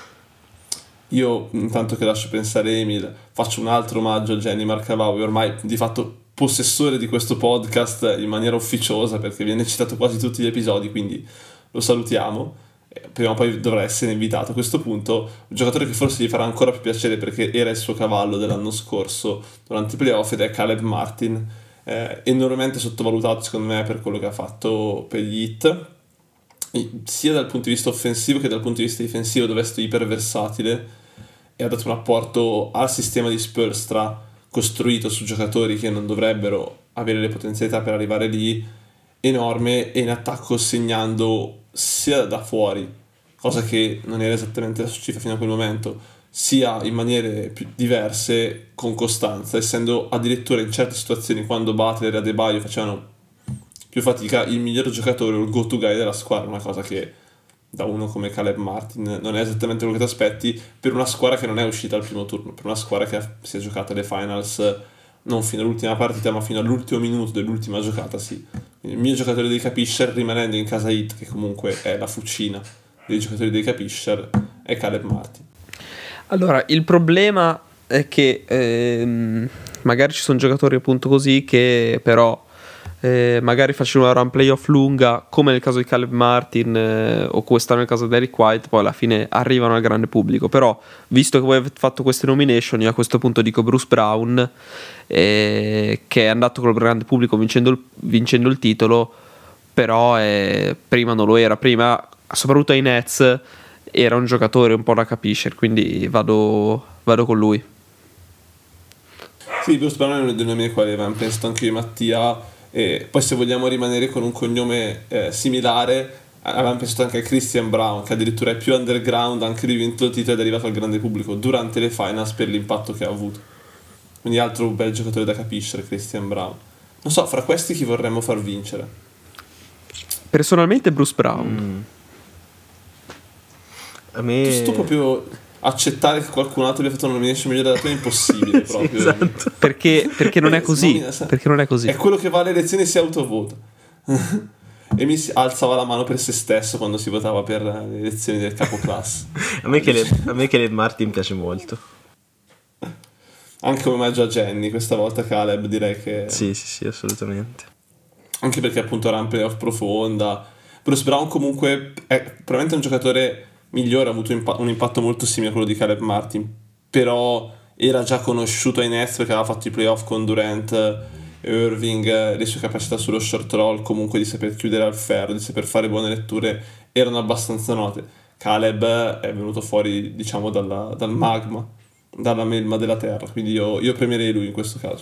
Io, intanto che lascio pensare Emil, faccio un altro omaggio a Jenny Marcabawi, ormai di fatto possessore di questo podcast in maniera ufficiosa, perché viene citato quasi tutti gli episodi, quindi lo salutiamo. Prima o poi dovrà essere invitato. A questo punto, un giocatore che forse gli farà ancora più piacere perché era il suo cavallo dell'anno scorso durante i playoff, ed è Caleb Martin, enormemente sottovalutato secondo me per quello che ha fatto per gli Heat, sia dal punto di vista offensivo che dal punto di vista difensivo, dove è stato iperversatile e ha dato un apporto al sistema di Spolstra costruito su giocatori che non dovrebbero avere le potenzialità per arrivare lì, enorme, e in attacco segnando sia da fuori, cosa che non era esattamente la sua cifra fino a quel momento, sia in maniere più diverse con costanza, essendo addirittura in certe situazioni, quando Butler e Adebayo facevano più fatica, il miglior giocatore o il go-to guy della squadra, una cosa che da uno come Caleb Martin non è esattamente quello che ti aspetti per una squadra che non è uscita al primo turno, per una squadra che si è giocata le finals non fino all'ultima partita ma fino all'ultimo minuto dell'ultima giocata, sì. Quindi il mio giocatore dei Capiscer, rimanendo in casa Heat, che comunque è la fucina dei giocatori dei Capiscer, è Caleb Martin. Allora, il problema è che magari ci sono giocatori appunto così che però magari facevano una run playoff lunga, come nel caso di Caleb Martin o quest'anno nel caso di Derek White, poi alla fine arrivano al grande pubblico. Però visto che voi avete fatto queste nomination, io a questo punto dico Bruce Brown, che è andato col grande pubblico vincendo il titolo, però prima non lo era, prima soprattutto ai Nets era un giocatore un po' da capiscer, quindi vado con lui. Sì, Bruce Brown è uno dei nomi ai quali avevamo pensato anche io e Mattia. E poi, se vogliamo rimanere con un cognome similare, avevamo pensato anche a Christian Brown, che addirittura è più underground, anche lui vinto il titolo ed è arrivato al grande pubblico durante le finals per l'impatto che ha avuto. Quindi altro bel giocatore da capiscere, Christian Brown. Non so, fra questi chi vorremmo far vincere? Personalmente Bruce Brown. A me... Sto proprio... accettare che qualcun altro abbia fatto una nomination migliore della tua è impossibile proprio. Sì, esatto. Perché non è così. Perché non è così. È quello che va alle elezioni e si autovota. E mi alzava la mano per se stesso quando si votava per le elezioni del capoclasse. a me Caleb Martin piace molto. Anche come omaggio a Jenny, questa volta Caleb direi che... Sì, assolutamente. anche perché appunto era un playoff profonda. Bruce Brown comunque è probabilmente un giocatore migliore, ha avuto un impatto molto simile a quello di Caleb Martin, però era già conosciuto ai Nets perché aveva fatto i playoff con Durant, Irving, le sue capacità sullo short roll, comunque di saper chiudere al ferro, di saper fare buone letture, erano abbastanza note. Caleb è venuto fuori, diciamo, dal magma, dalla melma della terra, quindi io premierei lui in questo caso.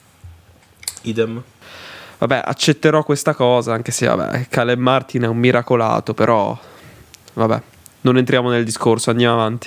Idem. Vabbè, accetterò questa cosa, anche se vabbè, Caleb Martin è un miracolato, però vabbè, non entriamo nel discorso, andiamo avanti.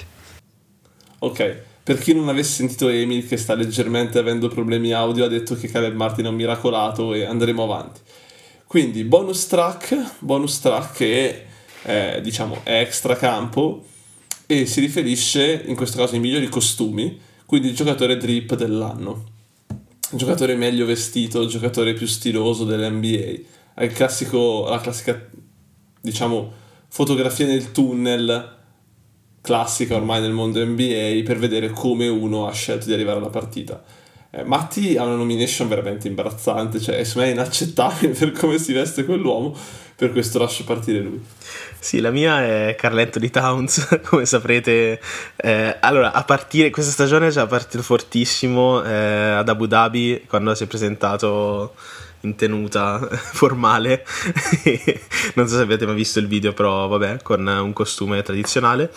Ok, per chi non avesse sentito Emil, che sta leggermente avendo problemi audio, ha detto che Caleb Martin è un miracolato e andremo avanti. Quindi bonus track che diciamo è extracampo e si riferisce in questo caso ai migliori costumi, quindi il giocatore drip dell'anno, il giocatore meglio vestito, il giocatore più stiloso dell'NBA, la classica, diciamo, fotografia nel tunnel classica ormai nel mondo NBA per vedere come uno ha scelto di arrivare alla partita. Matti ha una nomination veramente imbarazzante, cioè secondo me è inaccettabile per come si veste quell'uomo, per questo lascio partire lui. Sì, la mia è Karl Anthony Towns, come saprete. Allora, a partire questa stagione è già partito fortissimo ad Abu Dhabi, quando si è presentato in tenuta formale. Non so se avete mai visto il video, però vabbè, con un costume tradizionale.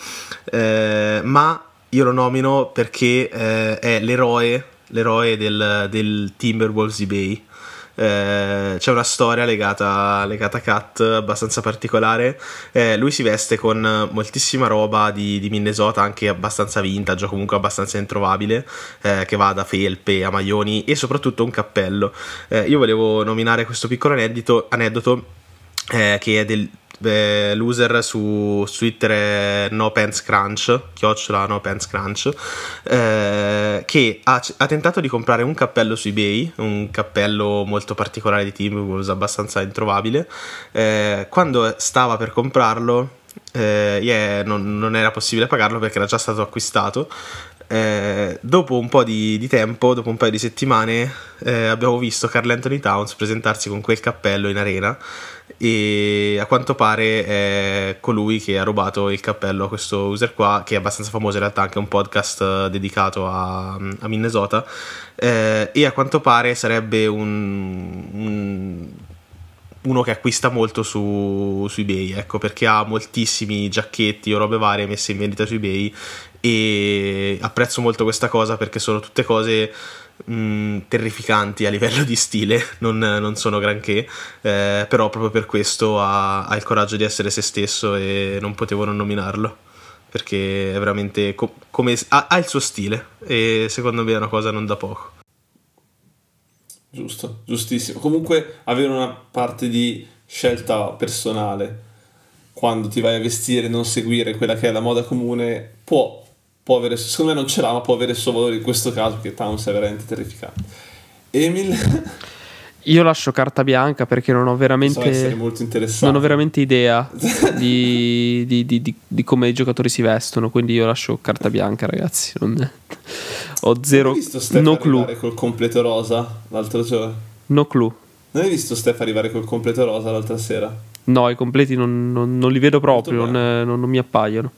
Ma io lo nomino perché è l'eroe del Timberwolves eBay. C'è una storia legata a Cat abbastanza particolare. Lui si veste con moltissima roba di Minnesota, anche abbastanza vintage o comunque abbastanza introvabile, che va da felpe a maglioni e soprattutto un cappello. Io volevo nominare questo piccolo aneddoto che è del l'user su Twitter è @NoPantsCrunch, che ha tentato di comprare un cappello su eBay, un cappello molto particolare di Timberwolves, abbastanza introvabile. Quando stava per comprarlo non era possibile pagarlo perché era già stato acquistato. Dopo un po' di tempo, dopo un paio di settimane, abbiamo visto Karl Anthony Towns presentarsi con quel cappello in arena, e a quanto pare è colui che ha rubato il cappello a questo user qua, che è abbastanza famoso in realtà, anche un podcast dedicato a Minnesota, e a quanto pare sarebbe uno che acquista molto su eBay, ecco, perché ha moltissimi giacchetti o robe varie messe in vendita su eBay, e apprezzo molto questa cosa perché sono tutte cose terrificanti a livello di stile, non sono granché, però proprio per questo ha il coraggio di essere se stesso e non potevo non nominarlo, perché è veramente come ha il suo stile e secondo me è una cosa non da poco. Giusto, giustissimo. Comunque avere una parte di scelta personale quando ti vai a vestire, non seguire quella che è la moda comune, può avere, secondo me non ce l'ha, ma può avere il suo valore in questo caso, che Towns è veramente terrificante. Emil? Io lascio carta bianca perché non ho veramente, molto interessato. non ho veramente idea di come i giocatori si vestono, quindi io lascio carta bianca, ragazzi. Ho zero, non hai visto Steph arrivare col completo rosa l'altro giorno? No clue. Non hai visto Steph arrivare col completo rosa l'altra sera? No, i completi non li vedo proprio, non mi appaiono.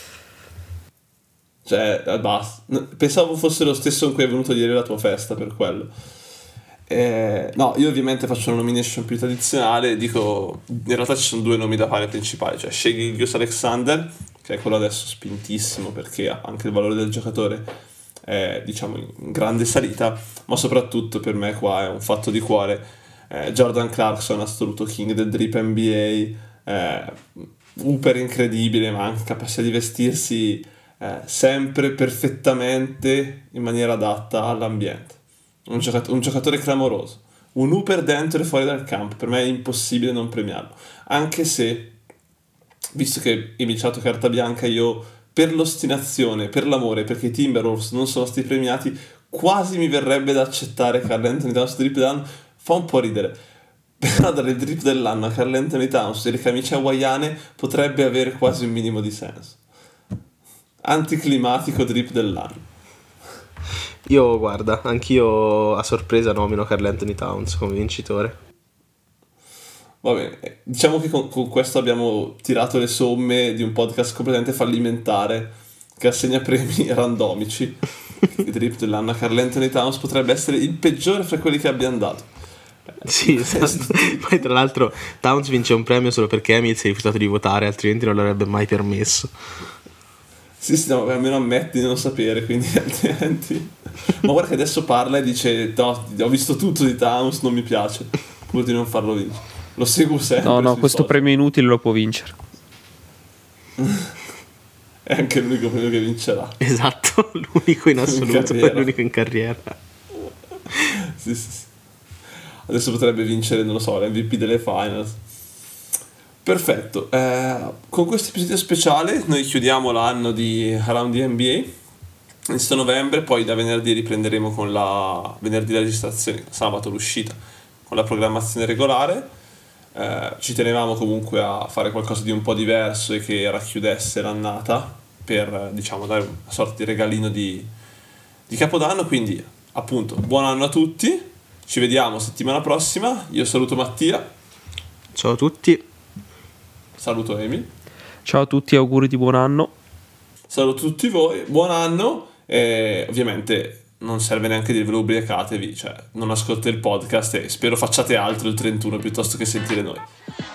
Cioè, basta. Pensavo fosse lo stesso in cui è venuto ieri la tua festa, per quello. No, io ovviamente faccio una nomination più tradizionale. Dico, in realtà ci sono due nomi da fare principali, cioè Shai Gilgeous-Alexander, che è quello adesso spintissimo perché ha anche il valore del giocatore è, diciamo, in grande salita, ma soprattutto per me qua è un fatto di cuore. Jordan Clarkson, assoluto king del drip NBA, super incredibile, ma anche capacità di vestirsi sempre perfettamente in maniera adatta all'ambiente. Un giocatore clamoroso, un hooper dentro e fuori dal campo. Per me è impossibile non premiarlo, anche se, visto che hai vinciato carta bianca, io per l'ostinazione, per l'amore, perché i Timberwolves non sono stati premiati, quasi mi verrebbe da accettare Karl Anthony Towns drip dell'anno. Fa un po' ridere, però dare il drip dell'anno a Karl Anthony Towns e le camicie hawaiane potrebbe avere quasi un minimo di senso. Anticlimatico drip dell'anno. Io, guarda, anch'io a sorpresa nomino Karl Anthony Towns come vincitore. Va bene, diciamo che con questo abbiamo tirato le somme di un podcast completamente fallimentare che assegna premi randomici. Il drip dell'anno a Karl Anthony Towns potrebbe essere il peggiore fra quelli che abbiamo dato. Sì, esatto. Poi tra l'altro Towns vince un premio solo perché Emil si è rifiutato di votare, altrimenti non l'avrebbe mai permesso. Sì, no, almeno ammetti di non sapere, quindi altrimenti... Ma guarda che adesso parla e dice, no, ho visto tutto di Towns, non mi piace, pur di non farlo vincere. Lo seguo sempre. No, sui questo social. premio inutile lo può vincere. È anche l'unico premio che vincerà. Esatto, l'unico in assoluto, carriera. l'unico in carriera. Sì. Adesso potrebbe vincere, non lo so, l'MVP delle finals. Perfetto. Con questo episodio speciale noi chiudiamo l'anno di Around the NBA. Inizio novembre, poi da venerdì riprenderemo con venerdì la registrazione, sabato l'uscita, con la programmazione regolare. Ci tenevamo comunque a fare qualcosa di un po' diverso e che racchiudesse l'annata per, diciamo, dare una sorta di regalino di Capodanno. Quindi appunto buon anno a tutti, ci vediamo settimana prossima. Io saluto Mattia, Ciao a tutti. saluto Emil, Ciao a tutti, auguri di buon anno. saluto tutti voi, buon anno. E ovviamente non serve neanche dirvelo, ubriacatevi, cioè non ascoltate il podcast e spero facciate altro il 31 piuttosto che sentire noi.